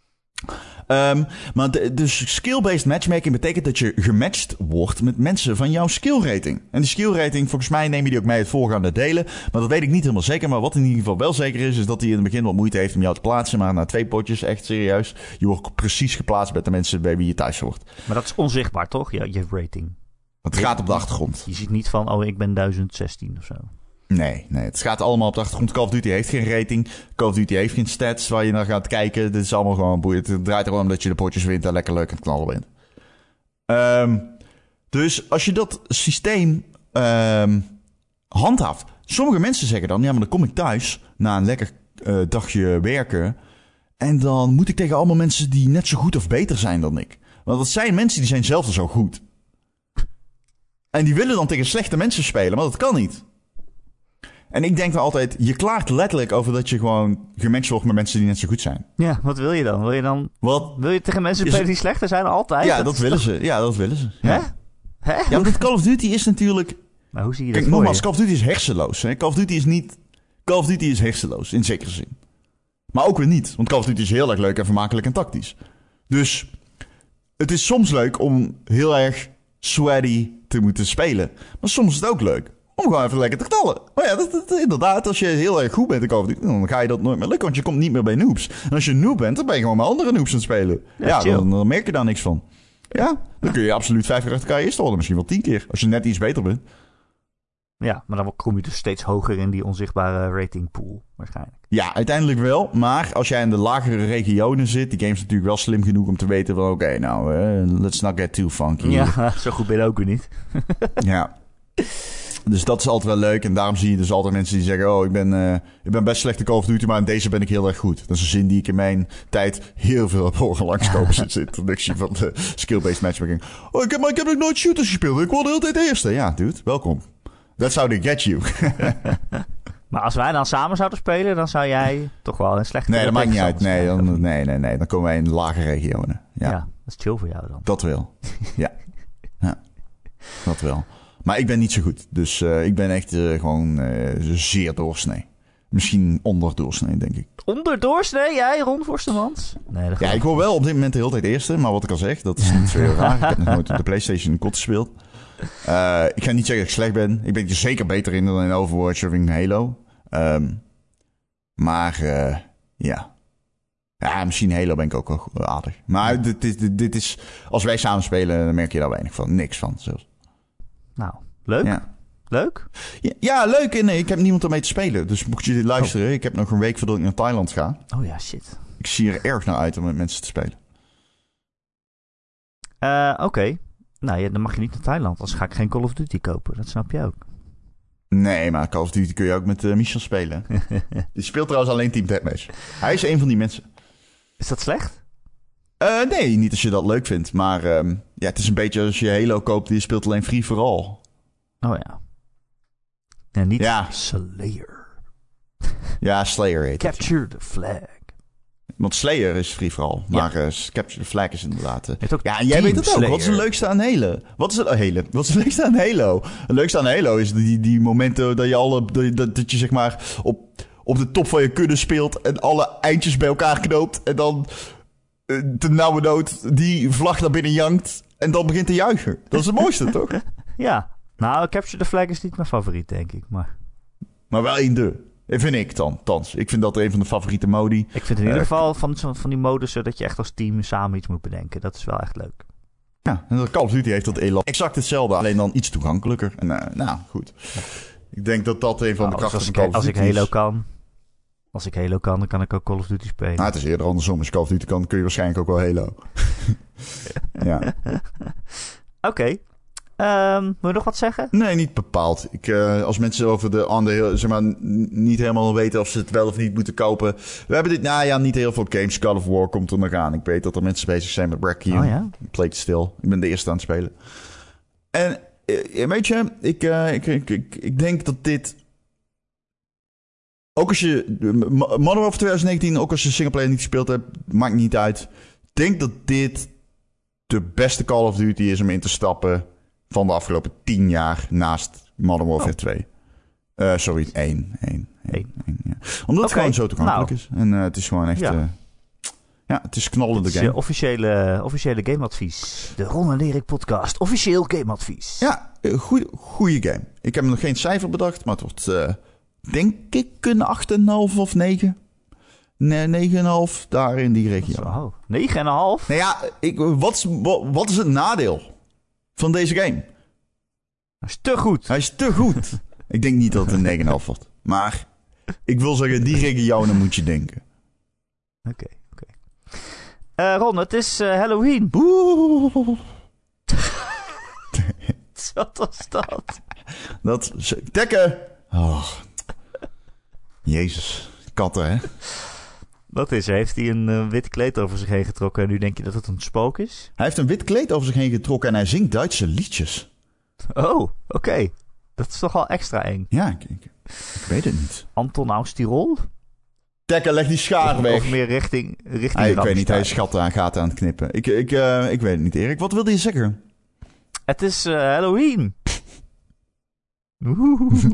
Um, maar de, dus skill-based matchmaking betekent dat je gematcht wordt met mensen van jouw skill rating. En die skill rating, volgens mij neem je die ook mee uit voorgaande delen. Maar dat weet ik niet helemaal zeker. Maar wat in ieder geval wel zeker is, is dat hij in het begin wat moeite heeft om jou te plaatsen. Maar na twee potjes, echt serieus, je wordt precies geplaatst bij de mensen bij wie je thuis hoort. Maar dat is onzichtbaar, toch? Ja, je rating. Het gaat op de achtergrond. Je ziet niet van, oh, ik ben duizend zestien of zo. Nee, nee, het gaat allemaal op de achtergrond. Call of Duty heeft geen rating. Call of Duty heeft geen stats waar je naar gaat kijken. Dit is allemaal gewoon boeiend. Het draait er gewoon om dat je de potjes wint en lekker leuk aan het knallen bent. Um, dus als je dat systeem um, handhaaft. Sommige mensen zeggen dan, ja, maar dan kom ik thuis na een lekker uh, dagje werken. En dan moet ik tegen allemaal mensen die net zo goed of beter zijn dan ik. Want dat zijn mensen die zijn zelf al zo goed. En die willen dan tegen slechte mensen spelen, maar dat kan niet. En ik denk dan altijd, je klaagt letterlijk over dat je gewoon gematcht wordt met mensen die net zo goed zijn. Ja, wat wil je dan? Wil je dan... Wat? Wil je tegen mensen Is- spelen die slechter zijn? Altijd? Ja, dat, is willen toch- ze. Ja, dat willen ze. Hè? Ja, Hè? ja want Call of Duty is natuurlijk... Maar hoe zie je dat Kijk, voor nogmaals, je? Call of Duty is hersenloos. Hè? Call of Duty is niet... Call of Duty is hersenloos, in zekere zin. Maar ook weer niet, want Call of Duty is heel erg leuk en vermakelijk en tactisch. Dus het is soms leuk om heel erg sweaty te moeten spelen. Maar soms is het ook leuk om gewoon even lekker te knallen. Maar ja, dat, dat- inderdaad, als je heel erg goed bent in Call of Duty, dan ga je dat nooit meer lukken, want je komt niet meer bij noobs. En als je een noob bent, dan ben je gewoon met andere noobs aan het spelen. Ja, Ja, chill. dan, dan merk je daar niks van. Ja, dan kun je absoluut vijf keer achter elkaar eerst worden, misschien wel tien keer, als je net iets beter bent. Ja, maar dan kom je dus steeds hoger in die onzichtbare ratingpool, waarschijnlijk. Ja, uiteindelijk wel. Maar als jij in de lagere regionen zit... Die game is natuurlijk wel slim genoeg om te weten van... Oké, nou, eh, let's not get too funky. Ja, zo goed ben je ook weer niet. Ja. Dus dat is altijd wel leuk. En daarom zie je dus altijd mensen die zeggen... Oh, ik ben, eh, ik ben best slecht in Call of Duty... maar in deze ben ik heel erg goed. Dat is een zin die ik in mijn tijd heel veel heb horen langskomen... sinds de introductie van de skill-based matchmaking. Oh, ik heb, maar ik heb nog nooit shooters gespeeld. Ik word de hele tijd eerste. Ja, dude, welkom. That's how they get you. Maar als wij dan samen zouden spelen, dan zou jij toch wel een slechte... Nee, dat maakt niet uit. tegenstander Nee, zijn, of dan, niet? nee, nee, nee. Dan komen wij in de lage regionen. Ja. Ja, dat is chill voor jou dan. dat wel. Ja. Ja, dat wel. Maar ik ben niet zo goed. Dus uh, ik ben echt uh, gewoon uh, zeer doorsnee. Misschien onder doorsnee, denk ik. Onder doorsnee, jij, Ron Forstemans? Nee, dat Ja, gaat ik word wel op dit moment de hele tijd eerste. Maar wat ik al zeg, dat is niet zo heel raar. Ik heb nog nooit op de PlayStation kot gespeeld. Uh, ik ga niet zeggen dat ik slecht ben. Ik ben er zeker beter in dan in Overwatch of in Halo. Um, maar uh, ja. Ja, misschien Halo ben ik ook wel aardig. Maar dit, dit, dit is... Als wij samen spelen, dan merk je daar weinig van. Niks van, zelfs. Nou, leuk. Ja. Leuk? Ja, ja, leuk. En nee, ik heb niemand ermee te spelen. Dus mocht je dit luisteren, oh. ik heb nog een week voordat ik naar Thailand ga. Oh ja, shit. Ik zie er erg naar uit om met mensen te spelen. Uh, Oké. Okay. Nou ja, dan mag je niet naar Thailand. Anders ga ik geen Call of Duty kopen. Dat snap je ook. Nee, maar Call of Duty kun je ook met uh, Michel spelen. Die speelt trouwens alleen Team Deathmatch. Hij is een van die mensen. Is dat slecht? Uh, nee, niet als je dat leuk vindt. Maar um, ja, het is een beetje als je Halo koopt, die speelt alleen free for all. Oh ja. Nee, niet ja. Slayer. Ja, Slayer heet Capture het, the flag. Want Slayer is free for all. Maar ja. uh, Capture the flag is inderdaad... Uh, ja, en jij weet het ook. Slayer. Wat is het leukste aan Halo? Wat is het, uh, Halo? Wat is het leukste aan Halo? Het leukste aan Halo is die, die momenten dat je alle... Dat, dat je zeg maar op, op de top van je kudde speelt... en alle eindjes bij elkaar knoopt... en dan uh, te nauwe nood die vlag naar binnen jankt... en dan begint te juichen. Dat is het mooiste, toch? Ja. Nou, Capture the flag is niet mijn favoriet, denk ik. Maar, maar wel in de... Vind ik dan, thans. Ik vind dat een van de favoriete modi. Ik vind in ieder uh, geval van, van die modussen dat je echt als team samen iets moet bedenken. Dat is wel echt leuk. Ja, en Call of Duty heeft dat elan. Exact hetzelfde, alleen dan iets toegankelijker. En uh, nou, goed. Ik denk dat dat een van de nou, krachten dus van Call of als Duty ik Halo is. kan, als ik Halo kan, dan kan ik ook Call of Duty spelen. Nou, het is eerder andersom. Als je Call of Duty kan, kun je waarschijnlijk ook wel Halo. Ja. Oké. Okay. Um, wil je nog wat zeggen? Nee, niet bepaald. Ik, uh, als mensen over de andere, zeg maar, n- niet helemaal weten of ze het wel of niet moeten kopen. We hebben dit najaar niet heel veel games. Call of War komt er nog aan. Ik weet dat er mensen bezig zijn met Wreck-It. Oh ja? Play it still. Ik ben de eerste aan het spelen. En uh, weet je, ik, uh, ik, ik, ik, ik denk dat dit... Ook als je... Modern Warfare twintig negentien, ook als je singleplayer niet gespeeld hebt, maakt niet uit. Ik denk dat dit de beste Call of Duty is om in te stappen... van de afgelopen tien jaar naast Modern Warfare oh. twee. Uh, sorry, één. één, één, één ja. Omdat okay. het gewoon zo toegankelijk nou. is. En uh, het is gewoon echt... Ja, uh, ja het is knallende game. Het is officiële, officiële gameadvies. De Ron en Erik podcast. Officieel gameadvies. Ja, goede game. Ik heb nog geen cijfer bedacht, maar het wordt uh, denk ik een acht komma vijf of negen. Nee, negen komma vijf, daar in die regio. Zo, negen komma vijf? Nou ja, ik, wat, is, wat, wat is het nadeel van deze game? Hij is te goed. Hij is te goed. Ik denk niet dat het een negen komma vijf wordt. Maar ik wil zeggen, die regionen moet je denken. Oké, okay, oké. Okay. Uh, Ron, het is uh, Halloween. Oeh. Wat was dat? Dat is... Tekken! Oh. Jezus. Katten, hè? Wat is er? Heeft hij een uh, wit kleed over zich heen getrokken en nu denk je dat het een spook is? Hij heeft een wit kleed over zich heen getrokken en hij zingt Duitse liedjes. Oh, oké. Okay. Dat is toch wel extra eng. Ja, kijk. Ik weet het niet. Anton aus Tirol? Dekker, leg die schaar Of, weg. of meer richting, richting Ah, ik weet niet, hij is Rammstein. gat aan, gaten aan het knippen. Ik, ik, uh, ik weet het niet, Erik. Wat wilde je zeggen? Het is uh, Halloween. Oeh.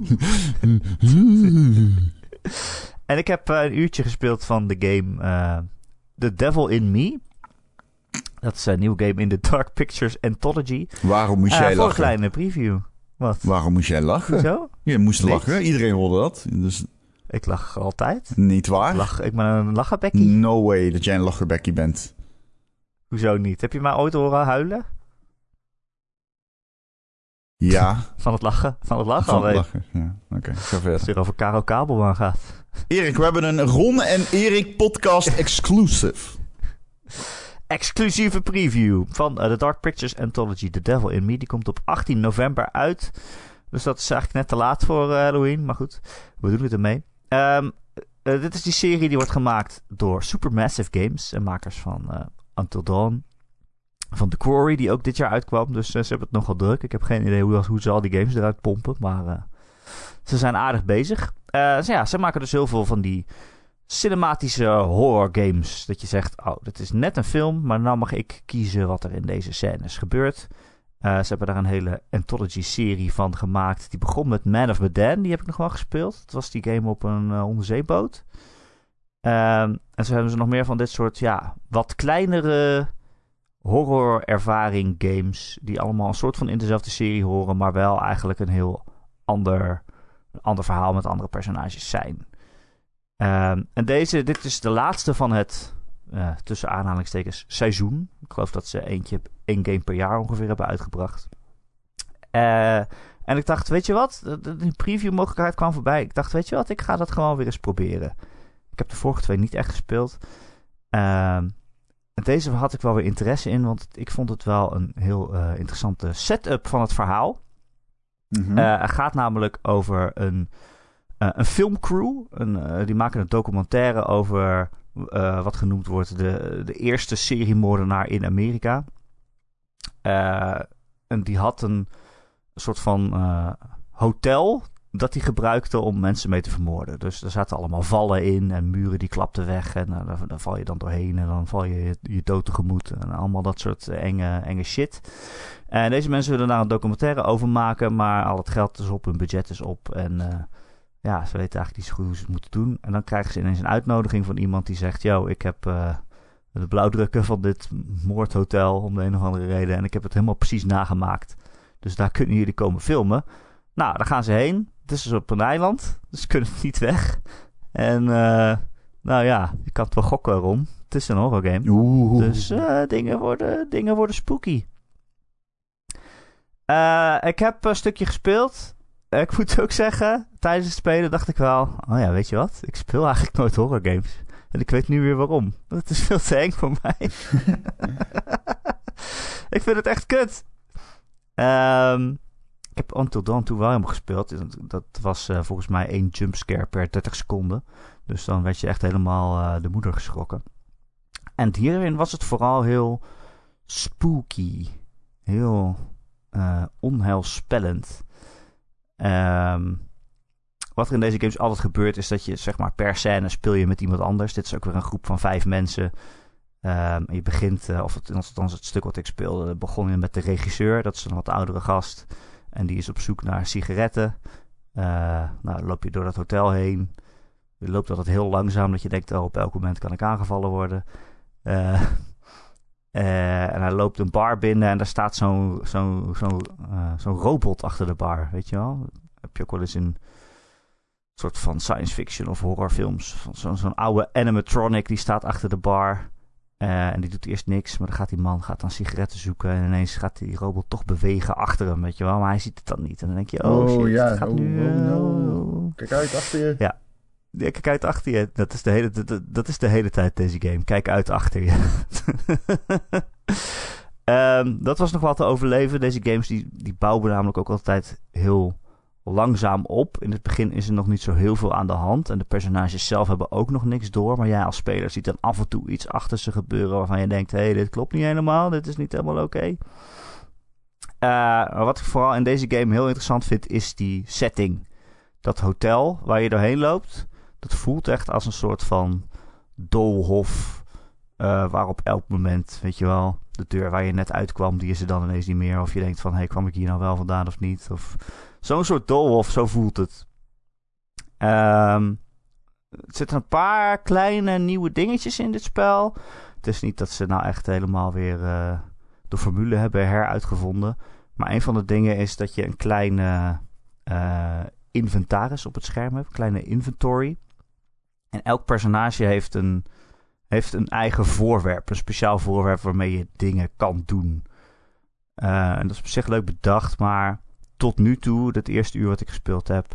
En ik heb uh, een uurtje gespeeld van de game uh, The Devil in Me. Dat is een nieuwe game in de Dark Pictures Anthology. Waarom moest Uh, jij voor een lachen? kleine preview. Wat? Waarom moest jij lachen? Zo? Je moest Niks. lachen. Iedereen hoorde dat. Dus Ik lach altijd. niet waar. Ik, lach, ik ben een lachenbekkie. No way dat jij een lacherbekkie bent. Hoezo niet? Heb je mij ooit horen huilen? Ja. Van het lachen? Van het lachen Van het alleen. lachen. Ja, oké. Okay, ga Als verder. het weer over Karel Kabelman gaat. Erik, we hebben een Ron en Erik podcast exclusive. Exclusieve preview van uh, The Dark Pictures Anthology The Devil in Me. Die komt op achttien november uit. Dus dat is eigenlijk net te laat voor uh, Halloween. Maar goed, we doen het ermee. Um, uh, dit is die serie die wordt gemaakt door Supermassive Games. En makers van uh, Until Dawn. Van The Quarry, die ook dit jaar uitkwam. Dus uh, ze hebben het nogal druk. Ik heb geen idee hoe, hoe ze al die games eruit pompen. Maar uh, ze zijn aardig bezig. Uh, dus ja, ze maken dus heel veel van die cinematische horror games. Dat je zegt, oh, dit is net een film, maar nou mag ik kiezen wat er in deze scènes gebeurt. Uh, ze hebben daar een hele anthology-serie van gemaakt. Die begon met Man of Medan, die heb ik nog wel gespeeld. Dat was die game op een uh, onderzeeboot. Uh, en zo hebben ze nog meer van dit soort, ja, wat kleinere horror-ervaring games. Die allemaal een soort van in dezelfde serie horen, maar wel eigenlijk een heel ander, een ander verhaal met andere personages zijn. Um, en deze, dit is de laatste van het, uh, tussen aanhalingstekens, seizoen. Ik geloof dat ze eentje, één game per jaar ongeveer hebben uitgebracht. Uh, en ik dacht, weet je wat? De preview mogelijkheid kwam voorbij. Ik dacht, weet je wat? Ik ga dat gewoon weer eens proberen. Ik heb de vorige twee niet echt gespeeld. Uh, deze had ik wel weer interesse in, want ik vond het wel een heel uh, interessante setup van het verhaal. Mm-hmm. Uh, het gaat namelijk over een... Uh, een filmcrew, een, uh, die maken een documentaire over uh, wat genoemd wordt de, de eerste seriemoordenaar in Amerika. Uh, en die had een soort van uh, hotel dat hij gebruikte om mensen mee te vermoorden. Dus er zaten allemaal vallen in en muren die klapten weg en uh, daar, daar val je dan doorheen en dan val je je, je dood tegemoet en allemaal dat soort enge, enge shit. En deze mensen willen daar een documentaire over maken, maar al het geld is op, hun budget is op en... Uh, Ja, ze weten eigenlijk niet zo goed hoe ze het moeten doen. En dan krijgen ze ineens een uitnodiging van iemand die zegt... Yo, ik heb uh, de blauwdrukken van dit moordhotel om de een of andere reden... en ik heb het helemaal precies nagemaakt. Dus daar kunnen jullie komen filmen. Nou, daar gaan ze heen. Het is dus op een eiland, dus ze kunnen niet weg. En uh, nou ja, je kan het wel gokken erom. Het is een horrorgame. Oeh. Dus uh, dingen, worden, dingen worden spooky. Uh, ik heb een stukje gespeeld... Ik moet ook zeggen, tijdens het spelen dacht ik wel... Oh ja, weet je wat? Ik speel eigenlijk nooit horrorgames. En ik weet nu weer waarom. Het is veel te eng voor mij. Ik vind het echt kut. Um, ik heb Until Dawn toen wel helemaal gespeeld. Dat was uh, volgens mij één jumpscare per dertig seconden. Dus dan werd je echt helemaal uh, de moeder geschrokken. En hierin was het vooral heel spooky. Heel uh, onheilspellend. Um, wat er in deze games altijd gebeurt is dat je zeg maar per scène speel je met iemand anders. Dit is ook weer een groep van vijf mensen. Um, en je begint, uh, of het, althans het stuk wat ik speelde, begon je met de regisseur. Dat is een wat oudere gast. En die is op zoek naar sigaretten. Uh, nou, dan loop je door dat hotel heen. Je loopt altijd heel langzaam, dat je denkt, oh, op elk moment kan ik aangevallen worden. Uh, Uh, en hij loopt een bar binnen en daar staat zo'n zo'n zo'n uh, zo'n robot achter de bar, weet je wel? Heb je ook wel eens in een soort van science fiction of horrorfilms. Zo, zo'n oude animatronic die staat achter de bar. Uh, en die doet eerst niks, maar dan gaat die man gaat dan sigaretten zoeken en ineens gaat die robot toch bewegen achter hem, weet je wel? Maar hij ziet het dan niet. En dan denk je, oh, oh shit, ja, het gaat oh, nu... Uh, oh, no. Kijk uit achter je. Ja. Ja, kijk uit achter je. Dat is de hele, dat, dat is de hele tijd deze game. Kijk uit achter je. um, dat was nog wel te overleven. Deze games die, die bouwen namelijk ook altijd heel langzaam op. In het begin is er nog niet zo heel veel aan de hand. En de personages zelf hebben ook nog niks door. Maar jij als speler ziet dan af en toe iets achter ze gebeuren waarvan je denkt... Hé, hey, dit klopt niet helemaal. Dit is niet helemaal oké. Okay. Uh, wat ik vooral in deze game heel interessant vind is die setting. dat hotel waar je doorheen loopt, dat voelt echt als een soort van doolhof, uh, waar op elk moment, weet je wel, de deur waar je net uitkwam, die is er dan ineens niet meer. Of je denkt van, hé, hey, kwam ik hier nou wel vandaan of niet? Of zo'n soort doolhof, zo voelt het. Um, er zitten een paar kleine nieuwe dingetjes in dit spel. Het is niet dat ze nou echt helemaal weer uh, de formule hebben heruitgevonden. Maar een van de dingen is dat je een kleine uh, inventaris op het scherm hebt. Een kleine inventory. En elk personage heeft een, heeft een eigen voorwerp. Een speciaal voorwerp waarmee je dingen kan doen. Uh, en dat is op zich leuk bedacht. Maar tot nu toe, dat eerste uur wat ik gespeeld heb,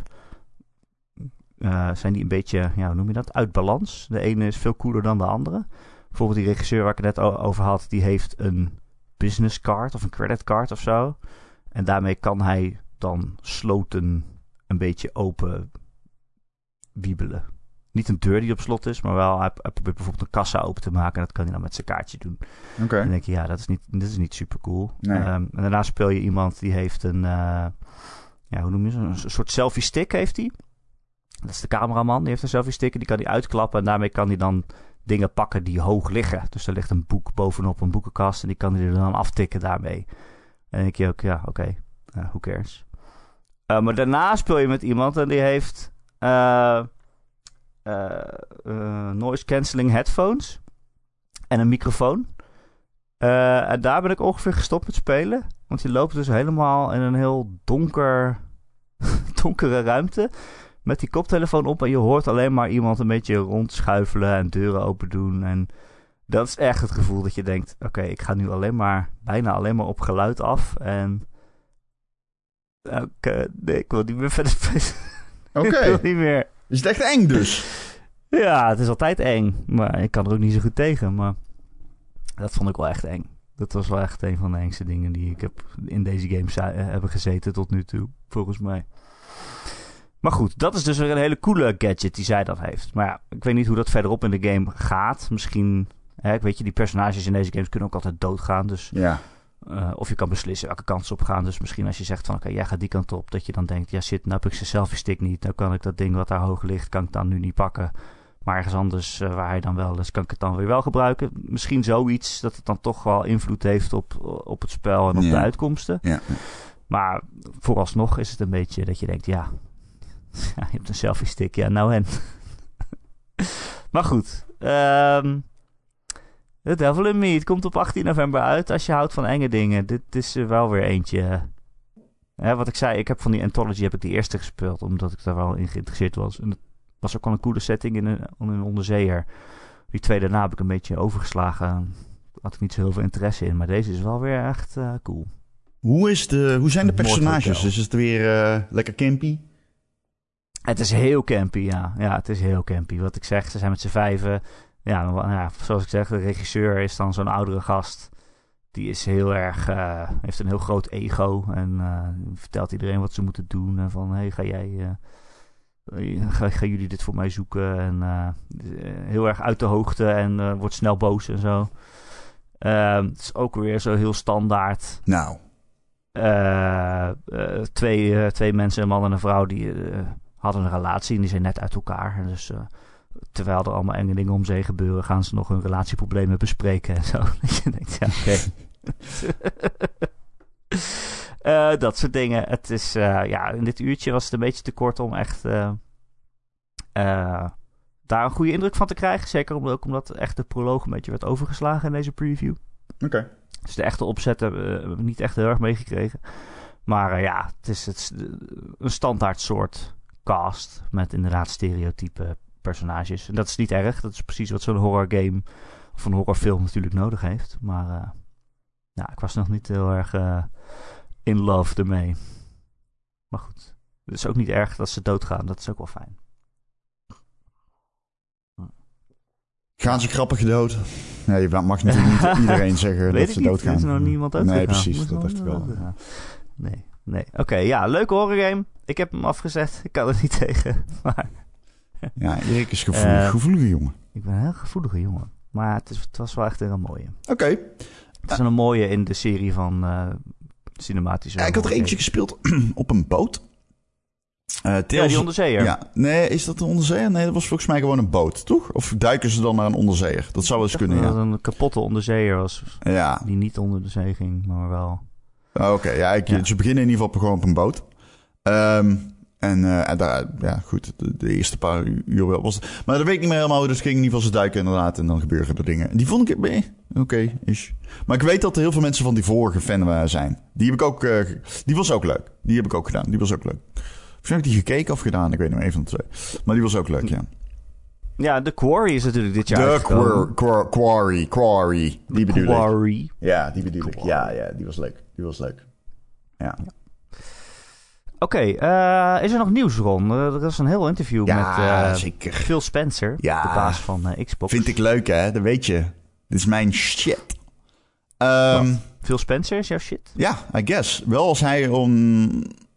Uh, zijn die een beetje, ja, hoe noem je dat, uit balans. De ene is veel cooler dan de andere. Bijvoorbeeld die regisseur waar ik het net over had, die heeft een business card of een credit card of zo. En daarmee kan hij dan sloten een beetje open wiebelen. Niet een deur die op slot is, maar wel, hij, hij probeert bijvoorbeeld een kassa open te maken. En dat kan hij dan met zijn kaartje doen. Oké. Okay. En dan denk je, ja, dat is niet, dit is niet super cool. Nee. Um, en daarna speel je iemand die heeft een, uh, ja, hoe noem je het, een soort selfie stick heeft hij. Dat is de cameraman, die heeft een selfie stick en die kan hij uitklappen. En daarmee kan hij dan dingen pakken die hoog liggen. Dus er ligt een boek bovenop een boekenkast en die kan hij er dan aftikken daarmee. En dan denk je ook, ja, oké, okay, uh, who cares. Uh, maar daarna speel je met iemand en die heeft uh, uh, uh, noise cancelling headphones en een microfoon. Uh, en daar ben ik ongeveer gestopt met spelen. Want je loopt dus helemaal in een heel donker, donkere ruimte met die koptelefoon op en je hoort alleen maar iemand een beetje rondschuifelen en deuren open doen. En dat is echt het gevoel dat je denkt, oké, okay, ik ga nu alleen maar, bijna alleen maar op geluid af. En oké, okay, nee, ik wil niet meer verder spelen. Oké. Okay. Ik wil niet meer. Is het echt eng dus? Ja, het is altijd eng. Maar ik kan er ook niet zo goed tegen. Maar dat vond ik wel echt eng. Dat was wel echt een van de engste dingen die ik heb in deze games uh, hebben gezeten tot nu toe, volgens mij. Maar goed, dat is dus weer een hele coole gadget die zij dan heeft. Maar ja, ik weet niet hoe dat verderop in de game gaat. Misschien, hè, ik weet je, die personages in deze games kunnen ook altijd doodgaan. Dus, ja. uh, of je kan beslissen welke kant ze op gaan. Dus misschien als je zegt van, oké, okay, jij gaat die kant op. Dat je dan denkt, ja shit, nou heb ik zijn selfie stick niet. Nou kan ik dat ding wat daar hoog ligt, kan ik dan nu niet pakken. Maar ergens anders, uh, waar hij dan wel is, kan ik het dan weer wel gebruiken. Misschien zoiets, dat het dan toch wel invloed heeft op, op het spel en op ja. de uitkomsten. Ja. Maar vooralsnog is het een beetje dat je denkt, ja... Ja, je hebt een selfie stick, ja, nou en. Maar goed. Um, The Devil in Me. Het komt op achttien november uit. Als je houdt van enge dingen. Dit is er wel weer eentje. Hè, wat ik zei, ik heb van die Anthology heb ik die eerste gespeeld. Omdat ik daar wel in geïnteresseerd was. En het was ook wel een coole setting in een, in een onderzeeër. Die tweede daarna heb ik een beetje overgeslagen. Daar had ik niet zo heel veel interesse in. Maar deze is wel weer echt uh, cool. Hoe, is de, hoe zijn de personages? Is het weer uh, lekker campy? Het is heel campy, ja. Ja, het is heel campy. Wat ik zeg, ze zijn met z'n vijven. Ja, dan, ja, zoals ik zeg, de regisseur is dan zo'n oudere gast. Die is heel erg, uh, heeft een heel groot ego. En uh, vertelt iedereen wat ze moeten doen. En van, hé, hey, ga jij... Uh, ga, gaan jullie dit voor mij zoeken? En uh, heel erg uit de hoogte en uh, wordt snel boos en zo. Uh, het is ook weer zo heel standaard. Nou. Uh, uh, twee, uh, twee mensen, een man en een vrouw, die... Uh, hadden een relatie en die zijn net uit elkaar. En dus uh, terwijl er allemaal enge dingen om ze heen gebeuren, gaan ze nog hun relatieproblemen bespreken en zo. Dat je denkt, ja, oké. Okay. uh, dat soort dingen. Het is, uh, ja, in dit uurtje was het een beetje te kort om echt uh, uh, daar een goede indruk van te krijgen. Zeker omdat, ook omdat echt de proloog een beetje werd overgeslagen in deze preview. Oké. Okay. Dus de echte opzet hebben we niet echt heel erg meegekregen. Maar uh, ja, het is, het is een standaard soort cast met inderdaad stereotype personages. En dat is niet erg. Dat is precies wat zo'n horror game of een horrorfilm natuurlijk nodig heeft. Maar uh, ja, ik was nog niet heel erg uh, in love ermee. Maar goed. Het is ook niet erg dat ze doodgaan. Dat is ook wel fijn. Gaan ze grappig dood? Nee, je mag natuurlijk niet iedereen zeggen dat ze doodgaan. Weet ik niet. Er is nog niemand doodgegaan. Nee, precies. Dat dacht ik wel. Nee. Nee, oké, okay, ja, leuke horrorgame. Ik heb hem afgezet, ik kan er niet tegen. Maar ja, Erik is gevoelig, uh, gevoelige jongen. Ik ben een heel gevoelige jongen. Maar het, is, het was wel echt een mooie. Oké. Okay. Het is uh, een mooie in de serie van uh, cinematische... Ja, ik had er eentje gespeeld op een boot. Uh, Tales, ja, die onderzeeër. Ja, nee, is dat een onderzeeër? Nee, dat was volgens mij gewoon een boot, toch? Of duiken ze dan naar een onderzeeër? Dat zou wel eens kunnen, dat ja. Dat een kapotte onderzeeër was. Ja. Die niet onder de zee ging, maar wel... Oké, okay, ja, ik, ja. Ze beginnen in ieder geval gewoon op een boot. Um, en, uh, en daar, ja, goed, de, de eerste paar uur wel was het. Maar dat weet ik niet meer helemaal, dus ging in ieder geval ze duiken inderdaad. En dan gebeuren er dingen. En die vond ik, eh, oké, okay, is. Maar ik weet dat er heel veel mensen van die vorige fan zijn. Die heb ik ook, uh, die was ook leuk. Die heb ik ook gedaan, die was ook leuk. Heb ik die gekeken of gedaan? Ik weet niet meer, een van de twee. Maar die was ook leuk, ja. Ja, de Quarry is natuurlijk dit jaar De Quarry, Quarry, Quarry, Quarry. Die bedoel Quarry. ik. Ja, die bedoel ik. Ja, ja, die was leuk. Die was leuk. Ja. ja. Oké, okay, uh, is er nog nieuws, Ron? Uh, er is een heel interview ja, met uh, zeker. Phil Spencer, ja, de baas van uh, Xbox. Vind ik leuk, hè? Dat weet je. Dit is mijn shit. Um, Phil Spencer is jouw shit? Ja, I guess. Wel als hij om...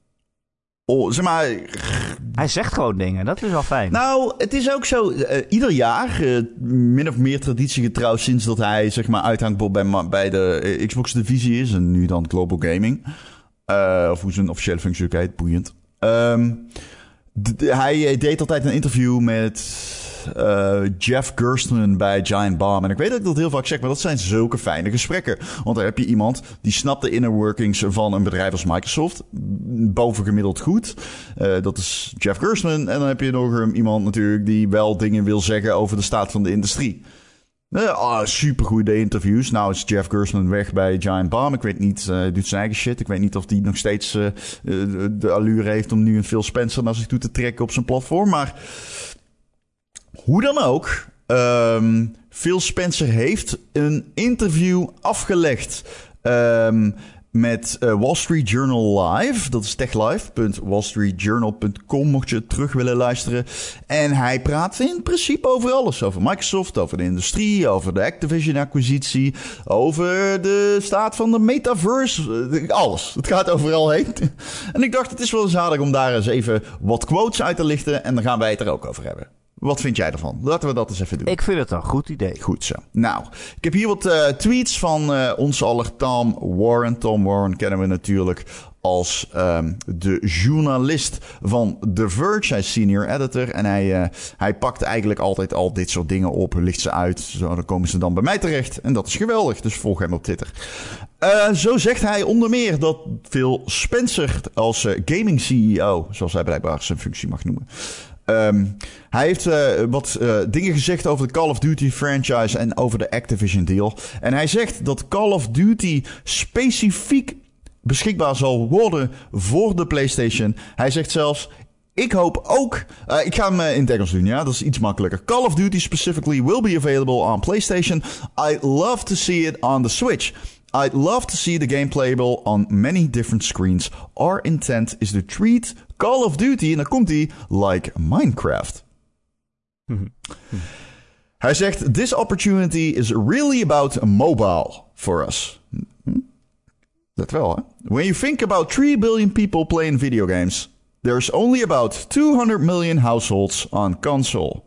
Oh, zeg maar... Hij zegt gewoon dingen, dat is wel fijn. Nou, het is ook zo, uh, ieder jaar, uh, min of meer traditiegetrouw sinds dat hij zeg maar uithangbord bij, bij de uh, Xbox-divisie is. En nu dan Global Gaming. Uh, of hoe zijn officiële functie ook heet, boeiend. Um, d- d- hij deed altijd een interview met uh, Jeff Gerstmann bij Giant Bomb. En ik weet dat ik dat heel vaak zeg, maar dat zijn zulke fijne gesprekken. Want dan heb je iemand die snapt de inner workings van een bedrijf als Microsoft bovengemiddeld goed. Uh, dat is Jeff Gerstmann. En dan heb je nog um, iemand natuurlijk die wel dingen wil zeggen over de staat van de industrie. Uh, oh, supergoeie interviews. Nou is Jeff Gerstmann weg bij Giant Bomb. Ik weet niet, uh, hij doet zijn eigen shit. Ik weet niet of die nog steeds uh, uh, de allure heeft om nu een Phil Spencer naar zich toe te trekken op zijn platform. Maar hoe dan ook, um, Phil Spencer heeft een interview afgelegd um, met uh, Wall Street Journal Live. Dat is techlive punt wall street journal punt com, mocht je het terug willen luisteren. En hij praat in principe over alles. Over Microsoft, over de industrie, over de Activision-acquisitie, over de staat van de metaverse. Alles. Het gaat overal heen. En ik dacht, het is wel eens aardig om daar eens even wat quotes uit te lichten. En dan gaan wij het er ook over hebben. Wat vind jij ervan? Laten we dat eens even doen. Ik vind het een goed idee. Goed zo. Nou, ik heb hier wat uh, tweets van uh, onze aller Tom Warren. Tom Warren kennen we natuurlijk als um, de journalist van The Verge. Hij is senior editor en hij, uh, hij pakt eigenlijk altijd al dit soort dingen op, licht ze uit. Zo, dan komen ze dan bij mij terecht. En dat is geweldig, dus volg hem op Twitter. Uh, zo zegt hij onder meer dat Phil Spencer als uh, gaming C E O, zoals hij blijkbaar zijn functie mag noemen, Um, hij heeft uh, wat uh, dingen gezegd over de Call of Duty franchise en over de Activision deal. En hij zegt dat Call of Duty specifiek beschikbaar zal worden voor de PlayStation. Hij zegt zelfs, ik hoop ook... Uh, ik ga hem uh, in het Engels doen, ja? Dat is iets makkelijker. Call of Duty specifically will be available on PlayStation. I'd love to see it on the Switch. I'd love to see the game playable on many different screens. Our intent is to treat Call of Duty, en dan komt hij, like Minecraft. Mm-hmm. Mm-hmm. Hij zegt, this opportunity is really about mobile for us. Hm? Dat wel, hè? When you think about three billion people playing video games, there's only about two hundred million households on console.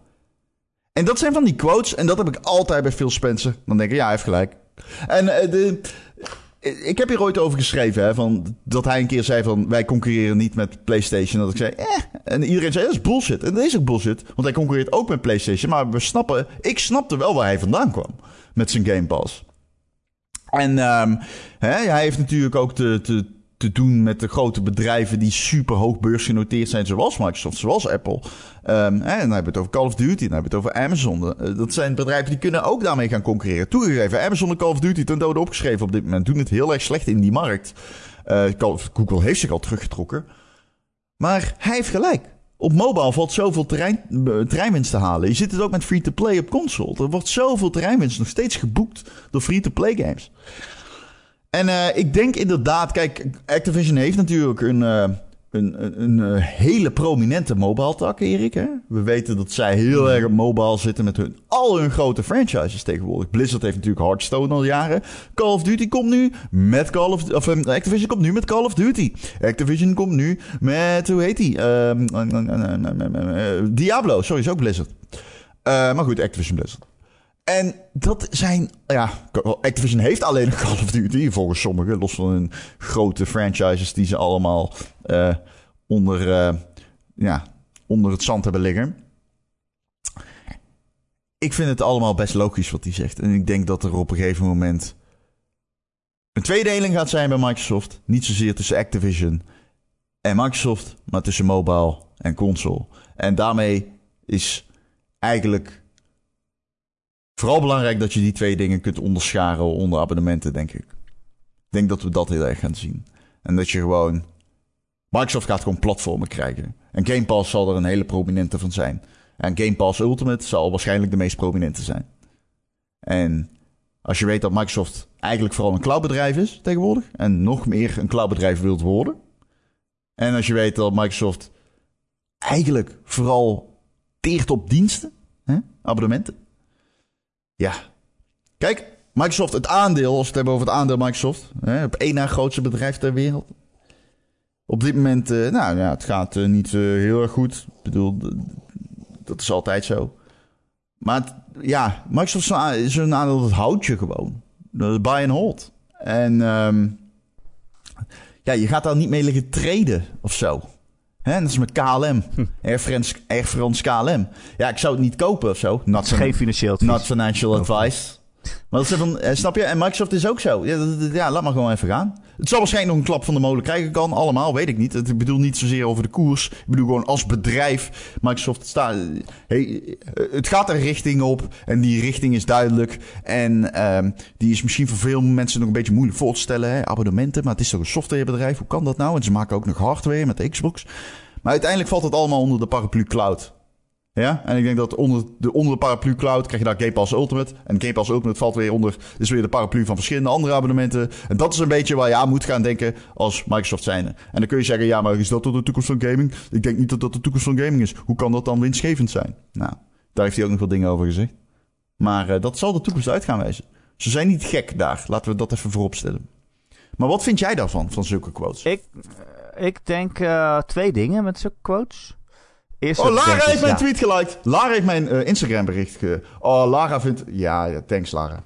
En dat zijn van die quotes, en dat heb ik altijd bij Phil Spencer. Dan denk ik, ja, hij heeft gelijk. En uh, de, ik heb hier ooit over geschreven, hè, van, dat hij een keer zei van, wij concurreren niet met PlayStation. Dat ik zei, eh. En iedereen zei, dat is bullshit. En dat is ook bullshit, want hij concurreert ook met PlayStation. Maar we snappen, ik snapte wel waar hij vandaan kwam met zijn Game Pass. En um, hè, hij heeft natuurlijk ook te, te, te doen met de grote bedrijven die super hoog beursgenoteerd zijn, zoals Microsoft, zoals Apple. Um, hè, en dan hebben we het over Call of Duty, en dan hebben we het over Amazon. Dat zijn bedrijven die kunnen ook daarmee gaan concurreren. Toegegeven, Amazon en Call of Duty ten dode opgeschreven op dit moment, doen het heel erg slecht in die markt. Uh, Google heeft zich al teruggetrokken. Maar hij heeft gelijk. Op mobile valt zoveel terrein, uh, terreinwinst te halen. Je ziet het ook met free-to-play op console. Er wordt zoveel terreinwinst nog steeds geboekt door free-to-play games. En uh, ik denk inderdaad, kijk, Activision heeft natuurlijk een, uh, een, een, een uh, hele prominente mobile tak, Erik. Hè? We weten dat zij heel erg op mobile zitten met hun, al hun grote franchises tegenwoordig. Blizzard heeft natuurlijk Hearthstone al jaren. Call of Duty komt nu met Call of of um, Activision komt nu met Call of Duty. Activision komt nu met, hoe heet die? Um, uh, uh, uh, uh, Diablo, sorry, is ook Blizzard. Uh, maar goed, Activision Blizzard. En dat zijn, ja, Activision heeft alleen een Call of Duty, volgens sommigen, los van hun grote franchises die ze allemaal uh, onder uh, ja, onder het zand hebben liggen. Ik vind het allemaal best logisch wat hij zegt. En ik denk dat er op een gegeven moment een tweedeling gaat zijn bij Microsoft. Niet zozeer tussen Activision en Microsoft, maar tussen mobile en console. En daarmee is eigenlijk vooral belangrijk dat je die twee dingen kunt onderscharen onder abonnementen, denk ik. Ik denk dat we dat heel erg gaan zien. En dat je gewoon... Microsoft gaat gewoon platformen krijgen. En Game Pass zal er een hele prominente van zijn. En Game Pass Ultimate zal waarschijnlijk de meest prominente zijn. En als je weet dat Microsoft eigenlijk vooral een cloudbedrijf is tegenwoordig. En nog meer een cloudbedrijf wilt worden. En als je weet dat Microsoft eigenlijk vooral teert op diensten. Hè? Abonnementen. Ja. Kijk, Microsoft, het aandeel, als we het hebben over het aandeel Microsoft. Hè, op één na grootste bedrijf ter wereld. Op dit moment, uh, nou ja, het gaat uh, niet uh, heel erg goed. Ik bedoel, d- dat is altijd zo. Maar het, ja, Microsoft is een aandeel, dat houdt je gewoon. Dat is buy and hold. En um, ja, je gaat daar niet mee liggen traden of zo. Hè, dat is met K L M. Hm. Air France, Air France K L M. Ja, ik zou het niet kopen of zo. Not Het is geen financieel advies. Not financial advice. Maar dat is van, eh, snap je? En Microsoft is ook zo. Ja, dat, dat, ja, laat maar gewoon even gaan. Het zal waarschijnlijk nog een klap van de molen krijgen. Kan allemaal, weet ik niet. Ik bedoel niet zozeer over de koers. Ik bedoel gewoon als bedrijf. Microsoft staat... Hey, het gaat er richting op. En die richting is duidelijk. En um, die is misschien voor veel mensen nog een beetje moeilijk voor te stellen. Hè? Abonnementen, maar het is toch een softwarebedrijf. Hoe kan dat nou? En ze maken ook nog hardware met de Xbox. Maar uiteindelijk valt het allemaal onder de paraplu cloud. Ja, en ik denk dat onder de, onder de paraplu cloud krijg je daar Game Pass Ultimate. En Game Pass Ultimate valt weer onder, is weer de paraplu van verschillende andere abonnementen. En dat is een beetje waar je aan moet gaan denken als Microsoft zijnde. En dan kun je zeggen, ja, maar is dat de toekomst van gaming? Ik denk niet dat dat de toekomst van gaming is. Hoe kan dat dan winstgevend zijn? Nou, daar heeft hij ook nog wat dingen over gezegd. Maar uh, dat zal de toekomst uit gaan wijzen. Ze zijn niet gek daar, laten we dat even voorop stellen. Maar wat vind jij daarvan, van zulke quotes? Ik, ik denk uh, twee dingen met zulke quotes. Eerst oh, Lara heeft is, mijn ja. tweet geliked. Lara heeft mijn uh, Instagram bericht ge... Oh, Lara vindt... Ja, ja, thanks Lara.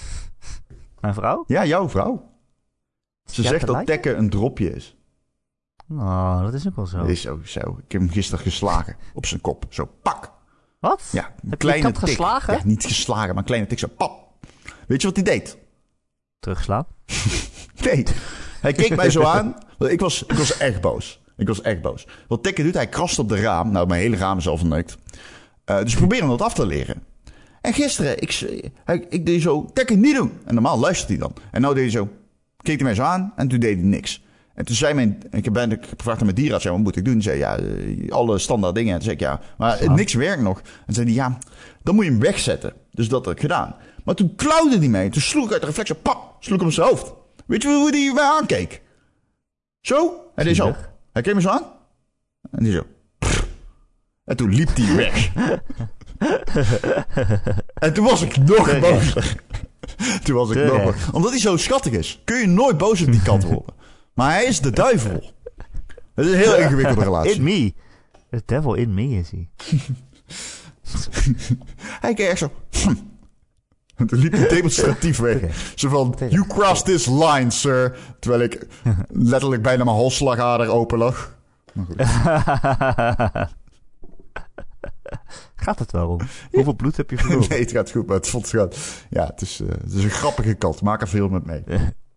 Mijn vrouw? Ja, jouw vrouw. Ze Ja, zegt te dat liken? Tekken een dropje is. Oh, dat is ook wel zo. Is zo, zo. Ik heb hem gisteren geslagen. Op zijn kop. Zo, pak. Wat? Ja, een Heb je kleine je kat tik. geslagen? Ja, niet geslagen, maar een kleine tik. Zo, pap. Weet je wat hij deed? Terugslaan? Nee. Hij keek mij zo aan. Ik was, ik was echt boos. Ik was echt boos. Wat Tekken doet, hij krast op de raam. Nou, mijn hele raam is al verneukt. Uh, dus ik probeer hem dat af te leren. En gisteren, ik, hij, ik deed zo, Tekken niet doen. En normaal luistert hij dan. En nou deed hij zo, keek hij mij zo aan en toen deed hij niks. En toen zei mijn, ik ben ik gevraagd aan mijn dierenarts, ja, wat moet ik doen? Hij zei, ja, uh, alle standaard dingen. En toen zei ik, ja, maar uh, niks werkt nog. En toen zei hij, ja, dan moet je hem wegzetten. Dus dat heb ik gedaan. Maar toen klauwde hij mij. Toen sloeg ik uit de reflex, pap, sloeg ik hem op zijn hoofd. Weet je hoe hij mij aankeek? Zo, hij deed zo. Hij keek me zo aan. En die zo. En toen liep hij weg. En toen was ik nog bozer. Toen was ik Terecht. nog bozer. Omdat hij zo schattig is, kun je nooit boos op die kat worden. Maar hij is de duivel. Het is een heel ingewikkelde relatie. In me. The devil in me is hij. Hij keek echt zo. En toen liep hij demonstratief weg. Okay. Zo van, you crossed this line, sir. Terwijl ik letterlijk bijna mijn halsslagader open lag. Maar goed. Gaat het wel om? Hoeveel bloed heb je verloren? Nee, het gaat goed, maar het vond het gaat. Ja, het is, uh, het is een grappige kat. Maak er veel met mee.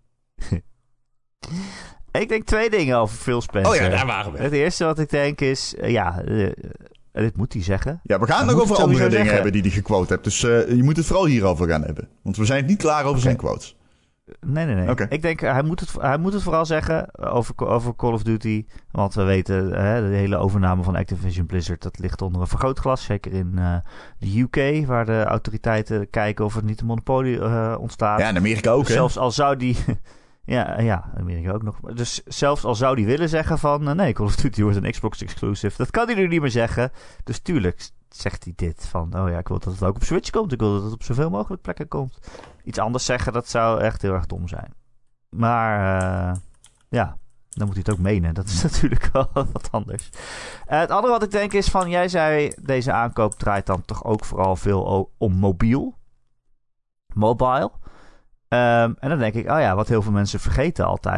Ik denk twee dingen over Phil Spencer. Oh ja, daar waren we. Het eerste wat ik denk is, uh, ja, uh, dit moet hij zeggen. Ja, we gaan het Dat nog moet over hij andere sowieso dingen zeggen. hebben die hij gequote hebt. Dus uh, je moet het vooral hierover gaan hebben. Want we zijn niet klaar over zijn quotes. Nee, nee, nee. Okay. Ik denk, hij moet, het, hij moet het vooral zeggen over, over Call of Duty. Want we weten, hè, de hele overname van Activision Blizzard, dat ligt onder een vergrootglas. Zeker in uh, de U K, waar de autoriteiten kijken of er niet een monopolie uh, ontstaat. Ja, in Amerika ook, dus hè? zelfs al zou die... ja, ja, Amerika ook nog. Dus zelfs al zou die willen zeggen van... Uh, nee, Call of Duty wordt een Xbox exclusive. Dat kan hij nu niet meer zeggen. Dus tuurlijk zegt hij dit van... Oh ja, ik wil dat het ook op Switch komt. Ik wil dat het op zoveel mogelijk plekken komt. Iets anders zeggen, dat zou echt heel erg dom zijn. Maar uh, ja, dan moet hij het ook menen. Dat is natuurlijk wel wat anders. Uh, het andere wat ik denk is van... Jij zei, deze aankoop draait dan toch ook vooral veel o- om mobiel. Mobile. Um, en dan denk ik, oh ja, wat heel veel mensen vergeten altijd...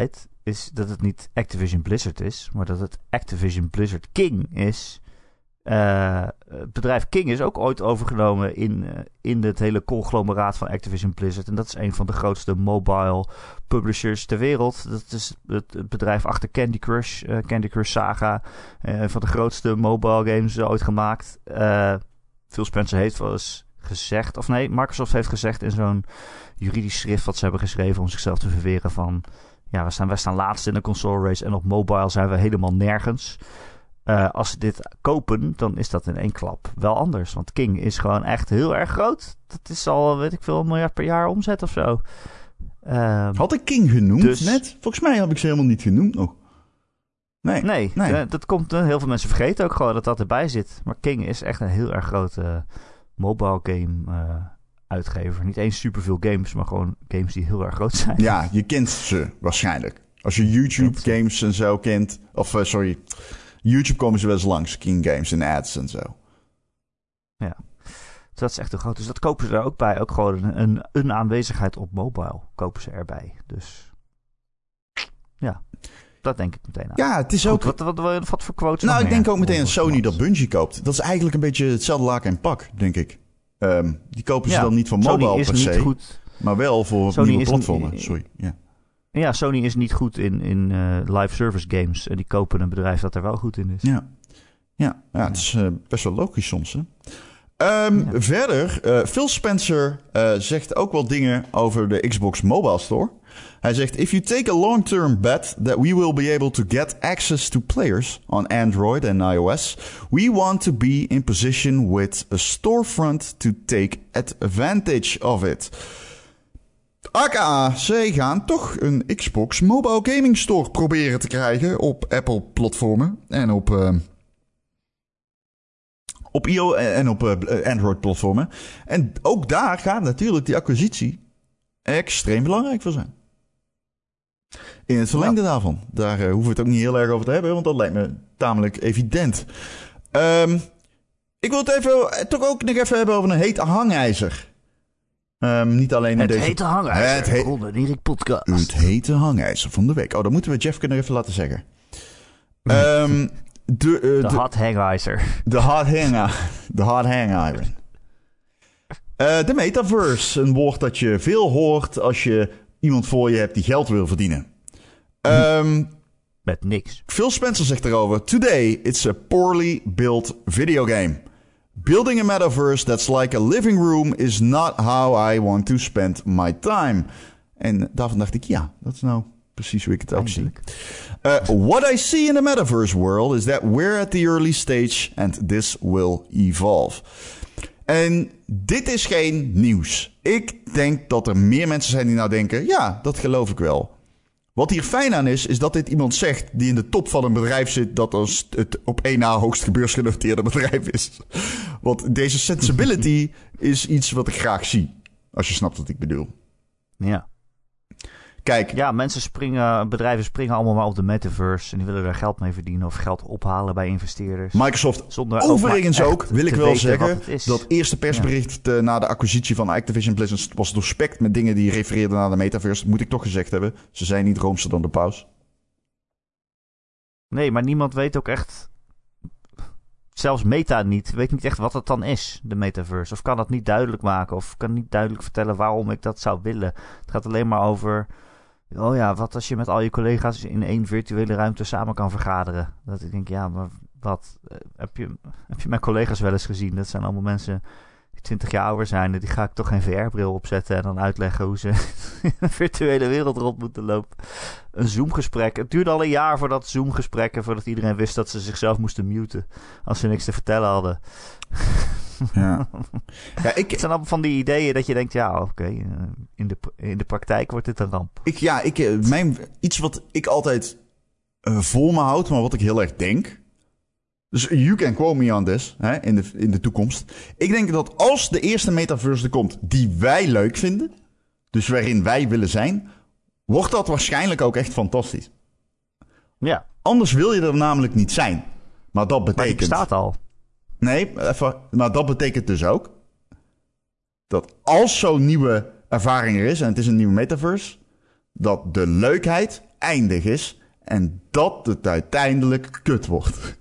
is dat het niet Activision Blizzard is, maar dat het Activision Blizzard King is. Uh, het bedrijf King is ook ooit overgenomen in, uh, in het hele conglomeraat van Activision Blizzard. En dat is een van de grootste mobile publishers ter wereld. Dat is het, het bedrijf achter Candy Crush, uh, Candy Crush Saga. Uh, van de grootste mobile games ooit gemaakt. Uh, Phil Spencer heeft wel eens gezegd, of nee, Microsoft heeft gezegd in zo'n juridisch schrift wat ze hebben geschreven om zichzelf te verweren van, ja, we staan, wij staan laatst in de console race en op mobile zijn we helemaal nergens. Uh, als ze dit kopen, dan is dat in één klap wel anders. Want King is gewoon echt heel erg groot. Dat is al, weet ik veel, een miljard per jaar omzet of zo. Uh, Had ik King genoemd dus, net? Volgens mij heb ik ze helemaal niet genoemd nog. Nee, nee, nee. Uh, dat komt, uh, heel veel mensen vergeten ook gewoon dat dat erbij zit. Maar King is echt een heel erg grote uh, mobile game uh, uitgever. Niet eens superveel games, maar gewoon games die heel erg groot zijn. Ja, je kent ze waarschijnlijk. Als je YouTube games en zo kent, of uh, sorry... YouTube komen ze wel eens langs, King Games en ads en zo. Ja, dus dat is echt heel groot. Dus dat kopen ze er ook bij. Ook gewoon een, een, een aanwezigheid op mobile kopen ze erbij. Dus ja, dat denk ik meteen aan. Ja, het is Goed, ook... Wat, wat, wat, wat voor quotes? Nou, ik denk ook meteen aan Sony quotes. dat Bungie koopt. Dat is eigenlijk een beetje hetzelfde laken en pak, denk ik. Um, die kopen ze ja, dan niet van Sony mobile is per niet se, goed. maar wel voor Sony nieuwe is platformen. niet- Sorry, ja. Ja, Sony is niet goed in, in uh, live service games. En die kopen een bedrijf dat er wel goed in is. Ja, ja, ja het is uh, best wel logisch soms, hè. Um, Ja. Verder, uh, Phil Spencer uh, zegt ook wel dingen over de Xbox Mobile Store. Hij zegt, if you take a long-term bet that we will be able to get access to players on Android and iOS, we want to be in position with a storefront to take advantage of it. Aka, zij gaan toch een Xbox Mobile Gaming Store proberen te krijgen op Apple-platformen en op... Uh, Op I O en op uh, Android-platformen. En ook daar gaat natuurlijk die acquisitie extreem belangrijk voor zijn. In het verlengde ja. daarvan. Daar uh, hoeven we het ook niet heel erg over te hebben, want dat lijkt me tamelijk evident. Um, ik wil het even, toch ook nog even hebben over een heet hangijzer. Um, niet alleen in het deze... hete hangijzer. Het, he- Ronde Erik podcast. het hete hangijzer van de week. Oh, dat moeten we Jeff kunnen even laten zeggen. Um, de, uh, de de hot hangijzer. De hot hang, de hot hang iron. Uh, de metaverse, een woord dat je veel hoort als je iemand voor je hebt die geld wil verdienen. Um, Met niks. Phil Spencer zegt erover: Today it's a poorly built video game. Building a metaverse that's like a living room is not how I want to spend my time. En daarvan dacht ik, ja, dat is nou precies hoe ik het ook zie. Uh, what I see in the metaverse world is that we're at the early stage and this will evolve. En dit is geen nieuws. Ik denk dat er meer mensen zijn die nou denken, ja, dat geloof ik wel. Wat hier fijn aan is, is dat dit iemand zegt die in de top van een bedrijf zit dat als het op één na hoogst beursgenoteerde bedrijf is. Want deze sensibility is iets wat ik graag zie. Als je snapt wat ik bedoel. Ja. Kijk. Ja, mensen springen, bedrijven springen allemaal maar op de metaverse en die willen daar geld mee verdienen of geld ophalen bij investeerders. Microsoft Zonder overigens ook, ook wil ik wel zeggen, is. dat eerste persbericht ja. na de acquisitie van Activision Blizzard was doorspekt met dingen die refereerden naar de metaverse. Moet ik toch gezegd hebben. Ze zijn niet roomser dan de paus. Nee, maar niemand weet ook echt, zelfs Meta niet, weet niet echt wat het dan is, de metaverse. Of kan dat niet duidelijk maken of kan niet duidelijk vertellen waarom ik dat zou willen. Het gaat alleen maar over, oh ja, wat als je met al je collega's in één virtuele ruimte samen kan vergaderen. Dat ik denk, ja, maar wat, heb je, heb je mijn collega's wel eens gezien? Dat zijn allemaal mensen die twintig jaar ouder zijn. Die ga ik toch geen V R-bril opzetten en dan uitleggen hoe ze in een virtuele wereld rond moeten lopen. Een Zoom-gesprek. Het duurde al een jaar voordat Zoom-gesprekken, voordat iedereen wist dat ze zichzelf moesten muten als ze niks te vertellen hadden. Ja. Ja, ik, het zijn allemaal van die ideeën dat je denkt, ja, oké, okay, uh, in, de, in de praktijk wordt dit een ramp. Ik, ja, ik, mijn, iets wat ik altijd uh, voor me houd, maar wat ik heel erg denk. Dus you can quote me on this, hè, in, de, in de toekomst. Ik denk dat als de eerste metaverse er komt die wij leuk vinden, dus waarin wij willen zijn, wordt dat waarschijnlijk ook echt fantastisch. Ja. Anders wil je er namelijk niet zijn. Maar dat betekent... Maar die bestaat al. Nee, even, maar dat betekent dus ook dat als zo'n nieuwe ervaring er is en het is een nieuwe metaverse, dat de leukheid eindig is en dat het uiteindelijk kut wordt.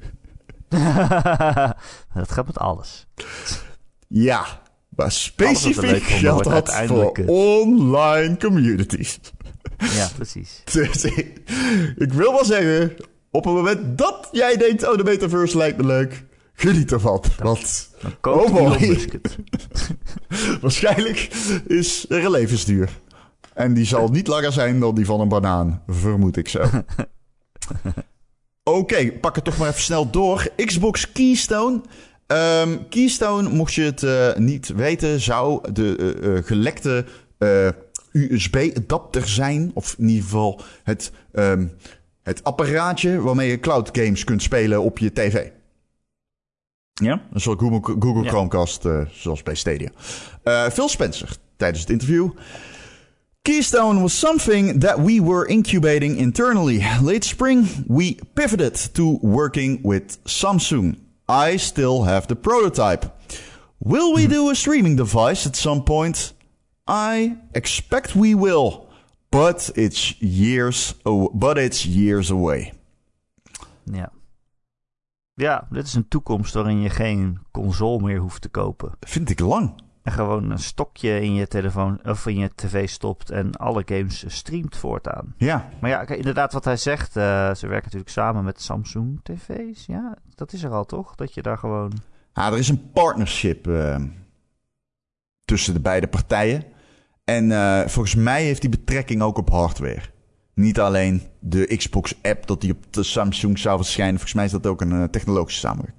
Dat gaat met alles. Ja, maar specifiek geldt dat voor kut. online communities. Ja, precies. Dus ik, ik wil wel zeggen, op het moment dat jij denkt, oh, de metaverse lijkt me leuk, geniet ervan. Dan, want, dan oh boy, waarschijnlijk is er een levensduur. En die zal niet langer zijn dan die van een banaan, vermoed ik zo. Oké, okay, pak het toch maar even snel door. Xbox Keystone. Um, Keystone, mocht je het uh, niet weten, zou de uh, uh, gelekte uh, U S B-adapter zijn. Of in ieder geval het, um, het apparaatje waarmee je cloud games kunt spelen op je tv. Ja, een soort Google, Google ja. Chromecast, uh, zoals bij Stadia. Uh, Phil Spencer, tijdens het interview. Keystone was something that we were incubating internally. Late spring, we pivoted to working with Samsung. I still have the prototype. Will we do a streaming device at some point? I expect we will, but it's years, but it's years away. Ja. Ja, dit is een toekomst waarin je geen console meer hoeft te kopen. Vind ik lang. En gewoon een stokje in je telefoon of in je tv stopt en alle games streamt voortaan. Ja. Maar ja, inderdaad wat hij zegt, uh, ze werken natuurlijk samen met Samsung tv's. Ja, dat is er al toch? Dat je daar gewoon... Ah, er is een partnership uh, tussen de beide partijen. En uh, volgens mij heeft die betrekking ook op hardware. Niet alleen de Xbox-app dat die op de Samsung zou verschijnen. Volgens mij is dat ook een uh, technologische samenwerking.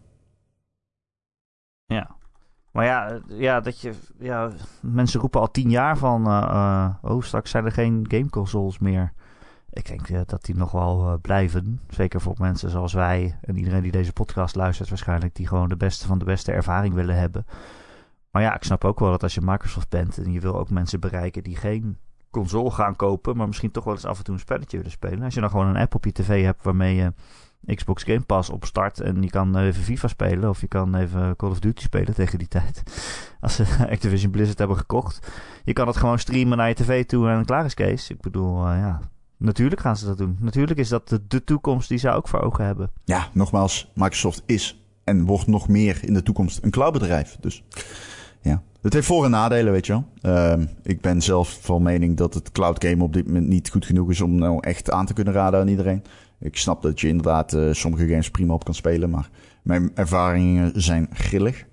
Ja. Maar ja, ja, dat je, ja, mensen roepen al tien jaar van... Uh, uh, oh, straks zijn er geen gameconsoles meer. Ik denk uh, dat die nog wel uh, blijven. Zeker voor mensen zoals wij en iedereen die deze podcast luistert waarschijnlijk... die gewoon de beste van de beste ervaring willen hebben. Maar ja, ik snap ook wel dat als je Microsoft bent... en je wil ook mensen bereiken die geen console gaan kopen... maar misschien toch wel eens af en toe een spelletje willen spelen. Als je dan gewoon een app op je tv hebt waarmee je... Xbox Game Pass opstart en je kan even FIFA spelen of je kan even Call of Duty spelen tegen die tijd. Als ze Activision Blizzard hebben gekocht. Je kan het gewoon streamen naar je tv toe en klaar is Kees. Ik bedoel, uh, ja, natuurlijk gaan ze dat doen. Natuurlijk is dat de, de toekomst die ze ook voor ogen hebben. Ja, nogmaals, Microsoft is en wordt nog meer in de toekomst een cloudbedrijf. Dus ja, het heeft voor- en nadelen, weet je wel. Uh, ik ben zelf van mening dat het cloud game op dit moment niet goed genoeg is om nou echt aan te kunnen raden aan iedereen. Ik snap dat je inderdaad uh, sommige games prima op kan spelen, maar mijn ervaringen zijn grillig.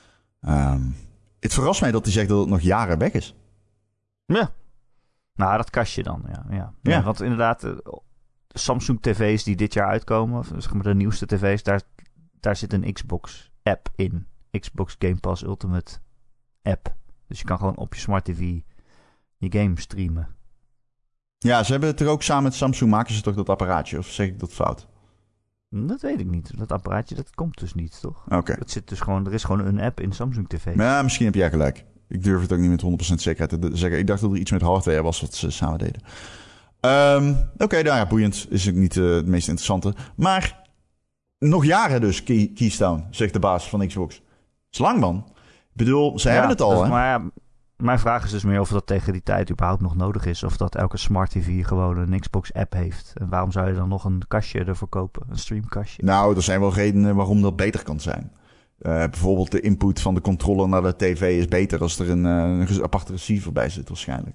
Um, het verrast mij dat hij zegt dat het nog jaren weg is. Ja. Nou, dat kastje dan, ja. ja. ja. Ja. Want inderdaad, uh, Samsung tv's die dit jaar uitkomen, zeg maar de nieuwste tv's, daar, daar zit een Xbox app in. Xbox Game Pass Ultimate app. Dus je kan gewoon op je smart tv je game streamen. Ja, ze hebben het er ook samen met Samsung, maken ze toch dat apparaatje? Of zeg ik dat fout? Dat weet ik niet. Dat apparaatje, dat komt dus niet, toch? Oké. Okay. Het zit dus gewoon, er is gewoon een app in Samsung tv. Ja, misschien heb jij gelijk. Ik durf het ook niet met honderd procent zekerheid te zeggen. Ik dacht dat er iets met hardware was wat ze samen deden. Um, Oké, okay, nou ja, boeiend. Is ook niet uh, het meest interessante. Maar nog jaren dus, Key, Keystone, zegt de baas van Xbox. Is lang, man. Ik bedoel, ze ja, hebben het al, dus, hè? Maar ja, mijn vraag is dus meer of dat tegen die tijd überhaupt nog nodig is. Of dat elke smart tv gewoon een Xbox-app heeft. En waarom zou je dan nog een kastje ervoor kopen? Een streamkastje? Nou, er zijn wel redenen waarom dat beter kan zijn. Uh, bijvoorbeeld de input van de controller naar de tv is beter als er een, uh, een aparte receiver bij zit waarschijnlijk.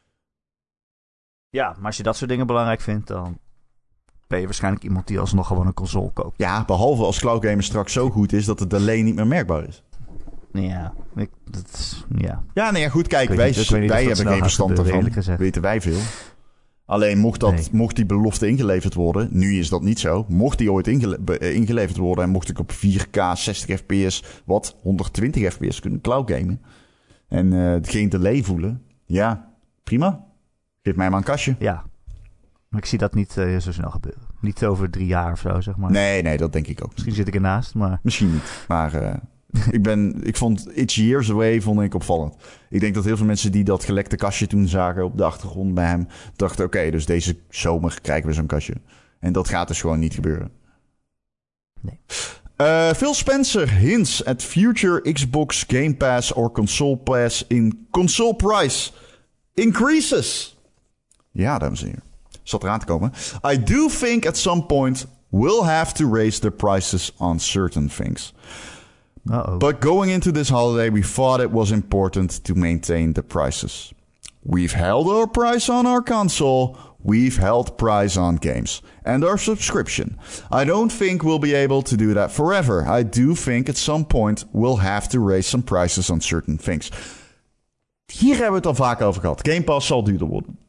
Ja, maar als je dat soort dingen belangrijk vindt, dan ben je waarschijnlijk iemand die alsnog gewoon een console koopt. Ja, behalve als cloud gamer straks zo goed is dat het delay niet meer merkbaar is. Ja, ik, dat is, ja. Ja, nee, goed, kijk, wij, niet, wij wij hebben geen verstand ervan, weten wij veel. Alleen mocht, dat, nee. mocht die belofte ingeleverd worden, nu is dat niet zo. Mocht die ooit ingele- ingeleverd worden en mocht ik op vier K, zestig F P S, wat, honderdtwintig F P S kunnen cloud gamen. En uh, geen delay voelen. Ja, prima. Geef mij maar een kastje. Ja, maar ik zie dat niet uh, zo snel gebeuren. Niet over drie jaar of zo, zeg maar. Nee, nee, dat denk ik ook. Misschien zit ik ernaast, maar... Misschien niet, maar... Uh, ik, ben, ik vond It's Years Away vond ik opvallend. Ik denk dat heel veel mensen die dat gelekte kastje toen zagen op de achtergrond bij hem, dachten oké, okay, dus deze zomer krijgen we zo'n kastje. En dat gaat dus gewoon niet gebeuren. Nee. Uh, Phil Spencer hints at future Xbox Game Pass or console pass in console price increases. Ja, dames en heren. zat eraan te komen. I do think at some point we'll have to raise the prices on certain things. Uh-oh. But going into this holiday, we thought it was important to maintain the prices. We've held our price on our console. We've held price on games. And our subscription. I don't think we'll be able to do that forever. I do think at some point we'll have to raise some prices on certain things. Hier hebben we het al vaak over gehad. Game Pass zal duurder worden.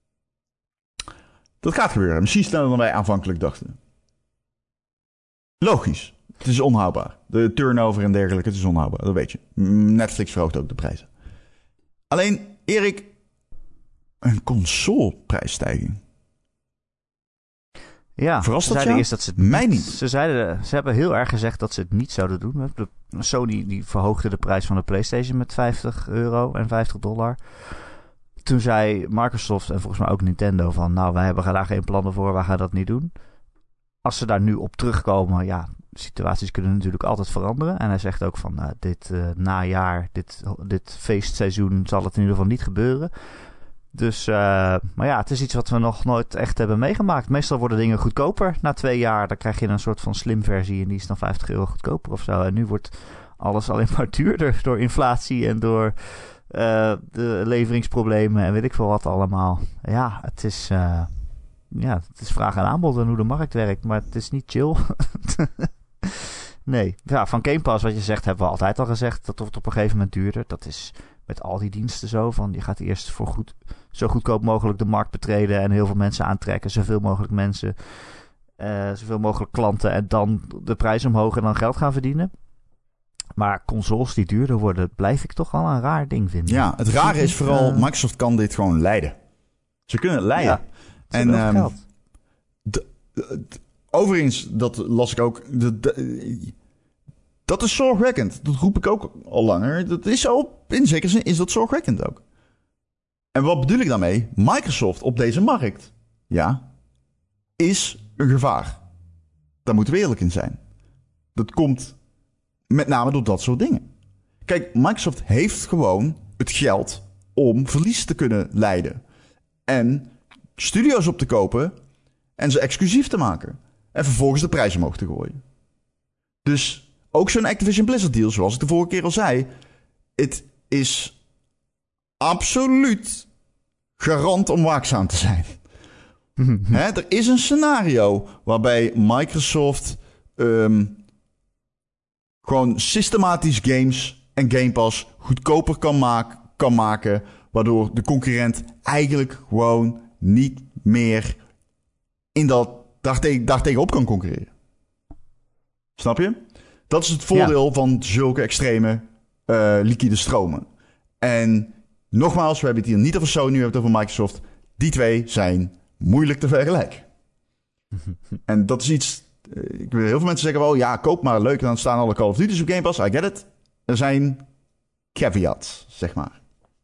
Dat gaat gebeuren. Misschien sneller dan wij aanvankelijk dachten. Logisch. Het is onhoudbaar. De turnover en dergelijke, het is onhoudbaar. Dat weet je. Netflix verhoogt ook de prijzen. Alleen, Erik, een consoleprijsstijging. Ja, Verrast ze dat zeiden jou? eerst dat ze het Mij niet. Ze, zeiden, ze hebben heel erg gezegd dat ze het niet zouden doen. De, Sony die verhoogde de prijs van de PlayStation met vijftig euro en vijftig dollar. Toen zei Microsoft en volgens mij ook Nintendo van... nou, wij hebben daar geen plannen voor, wij gaan dat niet doen. Als ze daar nu op terugkomen, ja, situaties kunnen natuurlijk altijd veranderen. En hij zegt ook van, uh, dit uh, najaar, dit, dit feestseizoen zal het in ieder geval niet gebeuren. Dus, uh, maar ja, het is iets wat we nog nooit echt hebben meegemaakt. Meestal worden dingen goedkoper. Na twee jaar, dan krijg je een soort van slim versie en die is dan vijftig euro goedkoper of zo. En nu wordt alles alleen maar duurder door inflatie en door uh, de leveringsproblemen en weet ik veel wat allemaal. Ja, het is... Uh, Ja, het is vraag en aanbod en hoe de markt werkt, maar het is niet chill. Nee, ja, van Game Pass, wat je zegt, hebben we altijd al gezegd, dat wordt op een gegeven moment duurder. Dat is met al die diensten zo, van je gaat eerst voor goed, zo goedkoop mogelijk de markt betreden en heel veel mensen aantrekken, zoveel mogelijk mensen, uh, zoveel mogelijk klanten en dan de prijs omhoog en dan geld gaan verdienen. Maar consoles die duurder worden, blijf ik toch wel een raar ding vinden. Ja, het rare is vooral, uh, Microsoft kan dit gewoon leiden. Ze kunnen het leiden. Ja. En um, d- d- overigens, dat las ik ook. D- d- dat is zorgwekkend. Dat roep ik ook al langer. Dat is zo, in zekere zin is dat zorgwekkend ook. En wat bedoel ik daarmee? Microsoft op deze markt, ja, is een gevaar. Daar moeten we eerlijk in zijn. Dat komt met name door dat soort dingen. Kijk, Microsoft heeft gewoon het geld om verlies te kunnen leiden. En studio's op te kopen en ze exclusief te maken. En vervolgens de prijs omhoog te gooien. Dus ook zo'n Activision Blizzard deal, zoals ik de vorige keer al zei, het is absoluut garant om waakzaam te zijn. Hè, er is een scenario waarbij Microsoft um, gewoon systematisch games en Game Pass goedkoper kan, maak, kan maken, waardoor de concurrent eigenlijk gewoon niet meer in dat daartegen, daartegenop kan concurreren. Snap je? Dat is het voordeel ja. van zulke extreme uh, liquide stromen. En nogmaals, we hebben het hier niet over Sony, we hebben het over Microsoft. Die twee zijn moeilijk te vergelijken. En dat is iets... Uh, ik wil heel veel mensen zeggen, oh ja, koop maar, leuk, dan staan alle Call of Duty's op Game Pass. I get it. Er zijn caveats, zeg maar.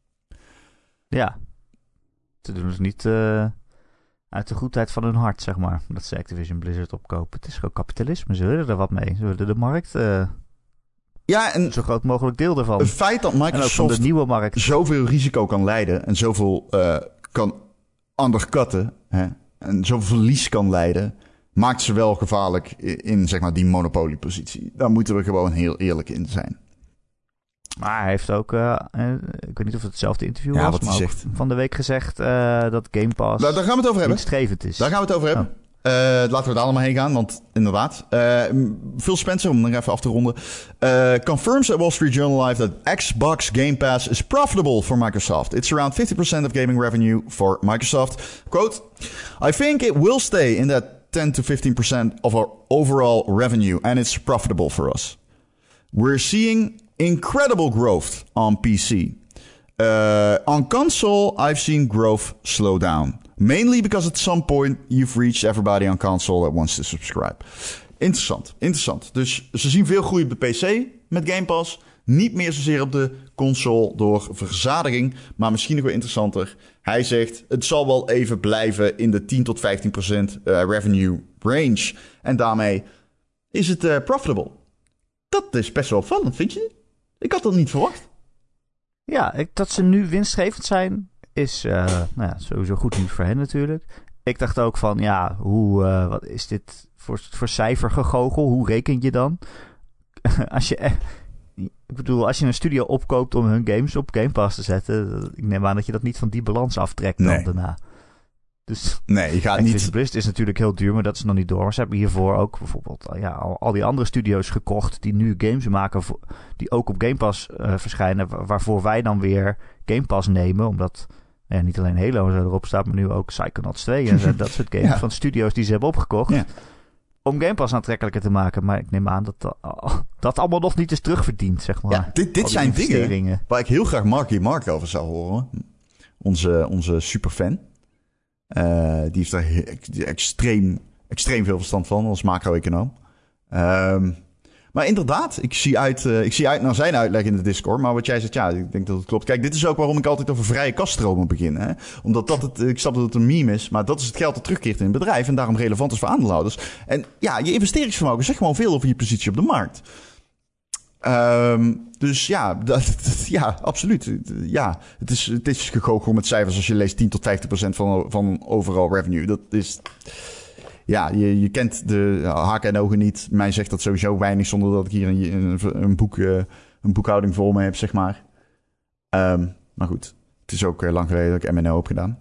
Ja. Ze doen het niet uh, uit de goedheid van hun hart, zeg maar. Dat ze Activision Blizzard opkopen. Het is gewoon kapitalisme. Ze willen er wat mee. Ze willen de markt... Uh, ja, en zo groot mogelijk deel ervan. Het feit dat Microsoft de nieuwe markt zoveel risico kan leiden en zoveel uh, kan undercutten, hè, en zoveel verlies kan leiden, maakt ze wel gevaarlijk in, in zeg maar die monopoliepositie. Daar moeten we gewoon heel eerlijk in zijn. Maar hij heeft ook, uh, uh, ik weet niet of het hetzelfde interview ja, was, wat maar hij ook zegt. van de week gezegd uh, dat Game Pass daar, daar gaan we het over hebben. winstgevend is. Daar gaan we het over hebben. Oh. Uh, laten we daar allemaal heen gaan, want inderdaad. Uh, Phil Spencer, om nog even af te ronden, uh, confirms at Wall Street Journal Live that Xbox Game Pass is profitable for Microsoft. It's around fifty percent of gaming revenue for Microsoft. Quote, I think it will stay in that ten to fifteen percent of our overall revenue, and it's profitable for us. We're seeing incredible growth on P C. Uh, on console, I've seen growth slow down. Mainly because at some point you've reached everybody on console that wants to subscribe. Interessant, interessant. Dus ze zien veel groei op de P C met Game Pass. Niet meer zozeer op de console door verzadiging. Maar misschien nog wel interessanter. Hij zegt, het zal wel even blijven in de tien tot vijftien procent uh, revenue range. En daarmee is het uh, profitable. Dat is best wel opvallend, vind je? Ik had dat niet verwacht. Ja, ik, dat ze nu winstgevend zijn is uh, nou ja, sowieso goed nieuws voor hen natuurlijk. ik dacht ook van, ja, hoe, uh, wat is dit voor, voor cijfergegoochel? Hoe reken je dan? als je, eh, ik bedoel, als je een studio opkoopt om hun games op Game Pass te zetten, ik neem aan dat je dat niet van die balans aftrekt nee. dan daarna. Dus nee, je gaat Activision niet... Blizzard is natuurlijk heel duur, maar dat is nog niet door. Maar ze hebben hiervoor ook bijvoorbeeld ja, al, al die andere studio's gekocht die nu games maken voor, die ook op Game Pass uh, verschijnen, waarvoor wij dan weer Game Pass nemen, omdat ja, niet alleen Halo erop staat, maar nu ook Psychonauts twee en dat soort games ja. van studio's die ze hebben opgekocht. Ja. Om Game Pass aantrekkelijker te maken. Maar ik neem aan dat dat, dat allemaal nog niet is terugverdiend, zeg maar. Ja, dit, dit zijn dingen waar ik heel graag Marky Mark over zou horen. Onze, onze superfan. Uh, die heeft er extreem, extreem veel verstand van als macro-econoom. Um, maar inderdaad, ik zie, uit, uh, ik zie uit naar zijn uitleg in de Discord. Maar wat jij zegt, ja, ik denk dat het klopt. Kijk, dit is ook waarom ik altijd over vrije kaststromen begin. Hè? Omdat dat het, ik snap dat het een meme is, maar dat is het geld dat terugkeert in het bedrijf en daarom relevant is voor aandeelhouders. En ja, je investeringsvermogen zegt gewoon veel over je positie op de markt. Um, dus ja, dat, ja, absoluut. Ja, het is, het is gegoocheld met cijfers als je leest tien tot vijftig procent van, van overal revenue. Dat is... Ja, je, je kent de haken en ogen niet. Mij zegt dat sowieso weinig zonder dat ik hier een, een, een, boek, uh, een boekhouding voor me heb, zeg maar. Um, maar goed, het is ook uh, lang geleden dat ik M en O heb gedaan.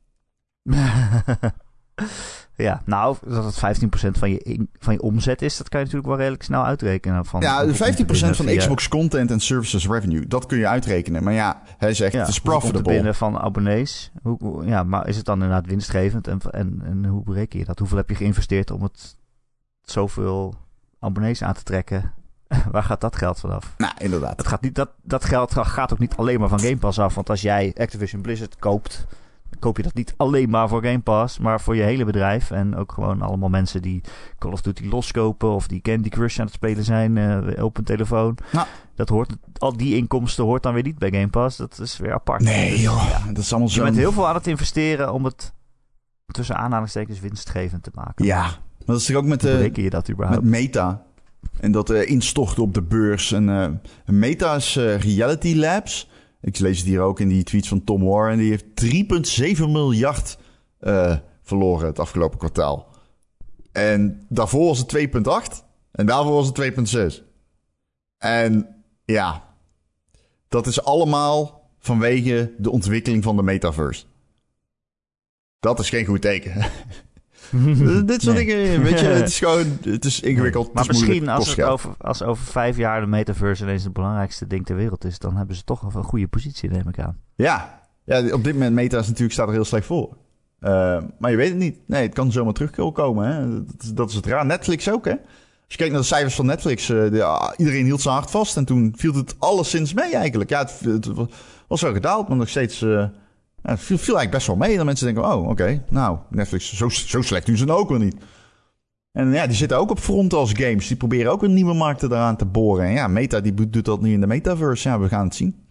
Ja, nou, dat het vijftien procent van je, in, van je omzet is, dat kan je natuurlijk wel redelijk snel uitrekenen. Van, ja, vijftien procent van via... Xbox Content and Services Revenue, dat kun je uitrekenen. Maar ja, hij zegt, ja, het is profitable. binnen van abonnees. Hoe, hoe, ja, maar is het dan inderdaad winstgevend? En, en, en hoe bereken je dat? Hoeveel heb je geïnvesteerd om het zoveel abonnees aan te trekken? Waar gaat dat geld vanaf? Nou, inderdaad. Het gaat niet, dat, dat geld gaat ook niet alleen maar van Game Pass af. Want als jij Activision Blizzard koopt, koop je dat niet alleen maar voor Game Pass, maar voor je hele bedrijf. En ook gewoon allemaal mensen die Call of Duty loskopen of die Candy Crush aan het spelen zijn uh, op een telefoon. Nou, dat hoort, al die inkomsten hoort dan weer niet bij Game Pass. Dat is weer apart. Nee dus, joh, ja, dat is allemaal zo. Je bent heel veel aan het investeren om het tussen aanhalingstekens winstgevend te maken. Ja, maar dat is toch ook met, Hoe bereken je dat überhaupt? Met Meta. En dat uh, instorten op de beurs. En uh, Meta is uh, Reality Labs. Ik lees het hier ook in die tweets van Tom Warren. Die heeft drie komma zeven miljard uh, verloren het afgelopen kwartaal. En daarvoor was het twee komma acht. En daarvoor was het twee komma zes. En ja, dat is allemaal vanwege de ontwikkeling van de metaverse. Dat is geen goed teken. Dit soort nee. dingen, weet je, het is gewoon, het is ingewikkeld. Maar het is misschien als, het over, als over vijf jaar de metaverse ineens het belangrijkste ding ter wereld is, dan hebben ze toch een goede positie, neem ik aan. Ja, ja op dit moment Meta is natuurlijk, staat er heel slecht voor. Uh, maar je weet het niet. Nee, het kan zomaar terugkomen. Hè? Dat, dat is het raar. Netflix ook, hè. Als je kijkt naar de cijfers van Netflix, uh, de, uh, iedereen hield zijn hart vast en toen viel het alleszins mee eigenlijk. Ja, het, het was wel gedaald, maar nog steeds... Uh, Ja, het viel, viel eigenlijk best wel mee. Dat mensen denken, oh, oké, okay, nou, Netflix, zo, zo slecht doen ze dan ook wel niet. En ja, die zitten ook op front als games. Die proberen ook een nieuwe markten eraan te boren. En ja, Meta, die doet dat nu in de metaverse. Ja, we gaan het zien.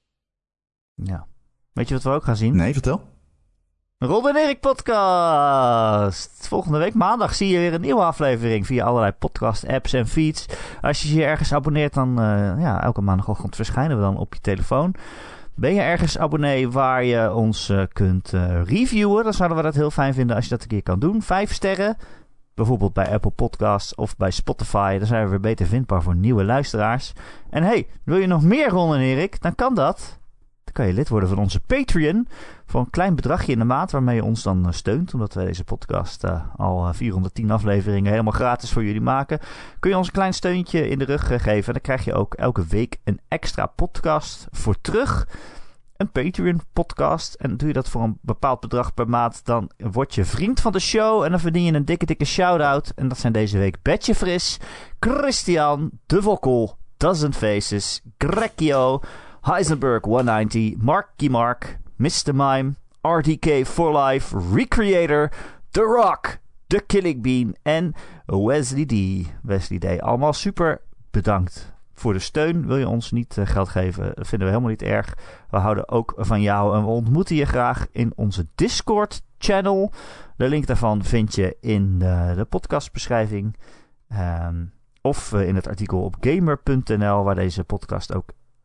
Ja. Weet je wat we ook gaan zien? Nee, vertel. Rob en Erik podcast. Volgende week maandag zie je weer een nieuwe aflevering via allerlei podcast apps en feeds. Als je je ergens abonneert, dan uh, ja, elke maandagochtend verschijnen we dan op je telefoon. Ben je ergens abonnee waar je ons uh, kunt uh, reviewen? Dan zouden we dat heel fijn vinden als je dat een keer kan doen. Vijf sterren, bijvoorbeeld bij Apple Podcasts of bij Spotify. Dan zijn we weer beter vindbaar voor nieuwe luisteraars. En hey, wil je nog meer Ron en Erik? Dan kan dat. Dan kan je lid worden van onze Patreon. Voor een klein bedragje in de maand waarmee je ons dan uh, steunt. Omdat wij deze podcast uh, al uh, vierhonderdtien afleveringen helemaal gratis voor jullie maken. Kun je ons een klein steuntje in de rug uh, geven. En dan krijg je ook elke week een extra podcast voor terug. Een Patreon podcast. En doe je dat voor een bepaald bedrag per maand, dan word je vriend van de show. En dan verdien je een dikke dikke shout-out. En dat zijn deze week Betje Fris, Christian, De Wokkel, Dozen Faces, Grekio, Heisenberg honderdnegentig, Marky Mark, mister Mime, R D K for Life, Recreator, The Rock, The Killing Bean en Wesley D. Wesley D. Allemaal super bedankt voor de steun. Wil je ons niet uh, geld geven? Dat vinden we helemaal niet erg. We houden ook van jou en we ontmoeten je graag in onze Discord channel. De link daarvan vind je in de, de podcastbeschrijving. Um, of uh, in het artikel op gamer punt n l waar deze podcast ook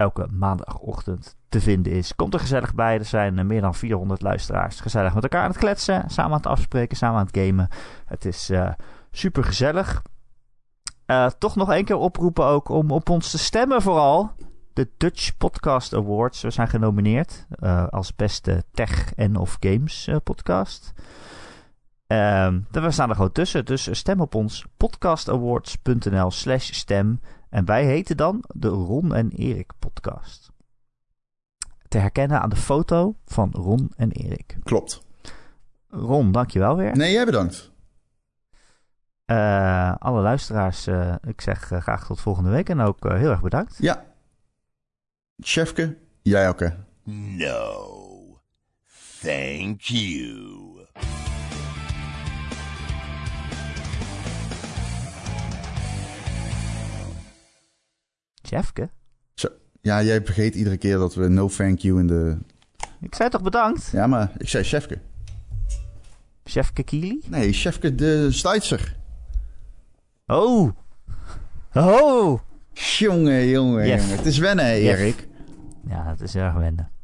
elke maandagochtend te vinden is. Komt er gezellig bij. Er zijn uh, meer dan vierhonderd luisteraars. Gezellig met elkaar aan het kletsen. Samen aan het afspreken. Samen aan het gamen. Het is uh, super gezellig. Uh, toch nog één keer oproepen ook om op ons te stemmen vooral. De Dutch Podcast Awards. We zijn genomineerd uh, als beste tech en of games uh, podcast. Um, we staan er gewoon tussen. Dus stem op ons. podcastawards.nl slash stem. En wij heten dan de Ron en Erik podcast. Te herkennen aan de foto van Ron en Erik. Klopt. Ron, dankjewel weer. Nee, jij bedankt. Uh, alle luisteraars, uh, ik zeg uh, graag tot volgende week. En ook uh, heel erg bedankt. Ja. Chefke, jij ook hè? No. Thank you. Chefke? Zo. Ja, jij vergeet iedere keer dat we no thank you in de... Ik zei toch bedankt? Ja, maar ik zei Chefke. Chefke Kili? Nee, Chefke de Stuitser. Oh. Oh. Jongen, jongen, Jeff. jongen. Het is wennen, hè, Jeff. Erik. Ja, het is erg wennen.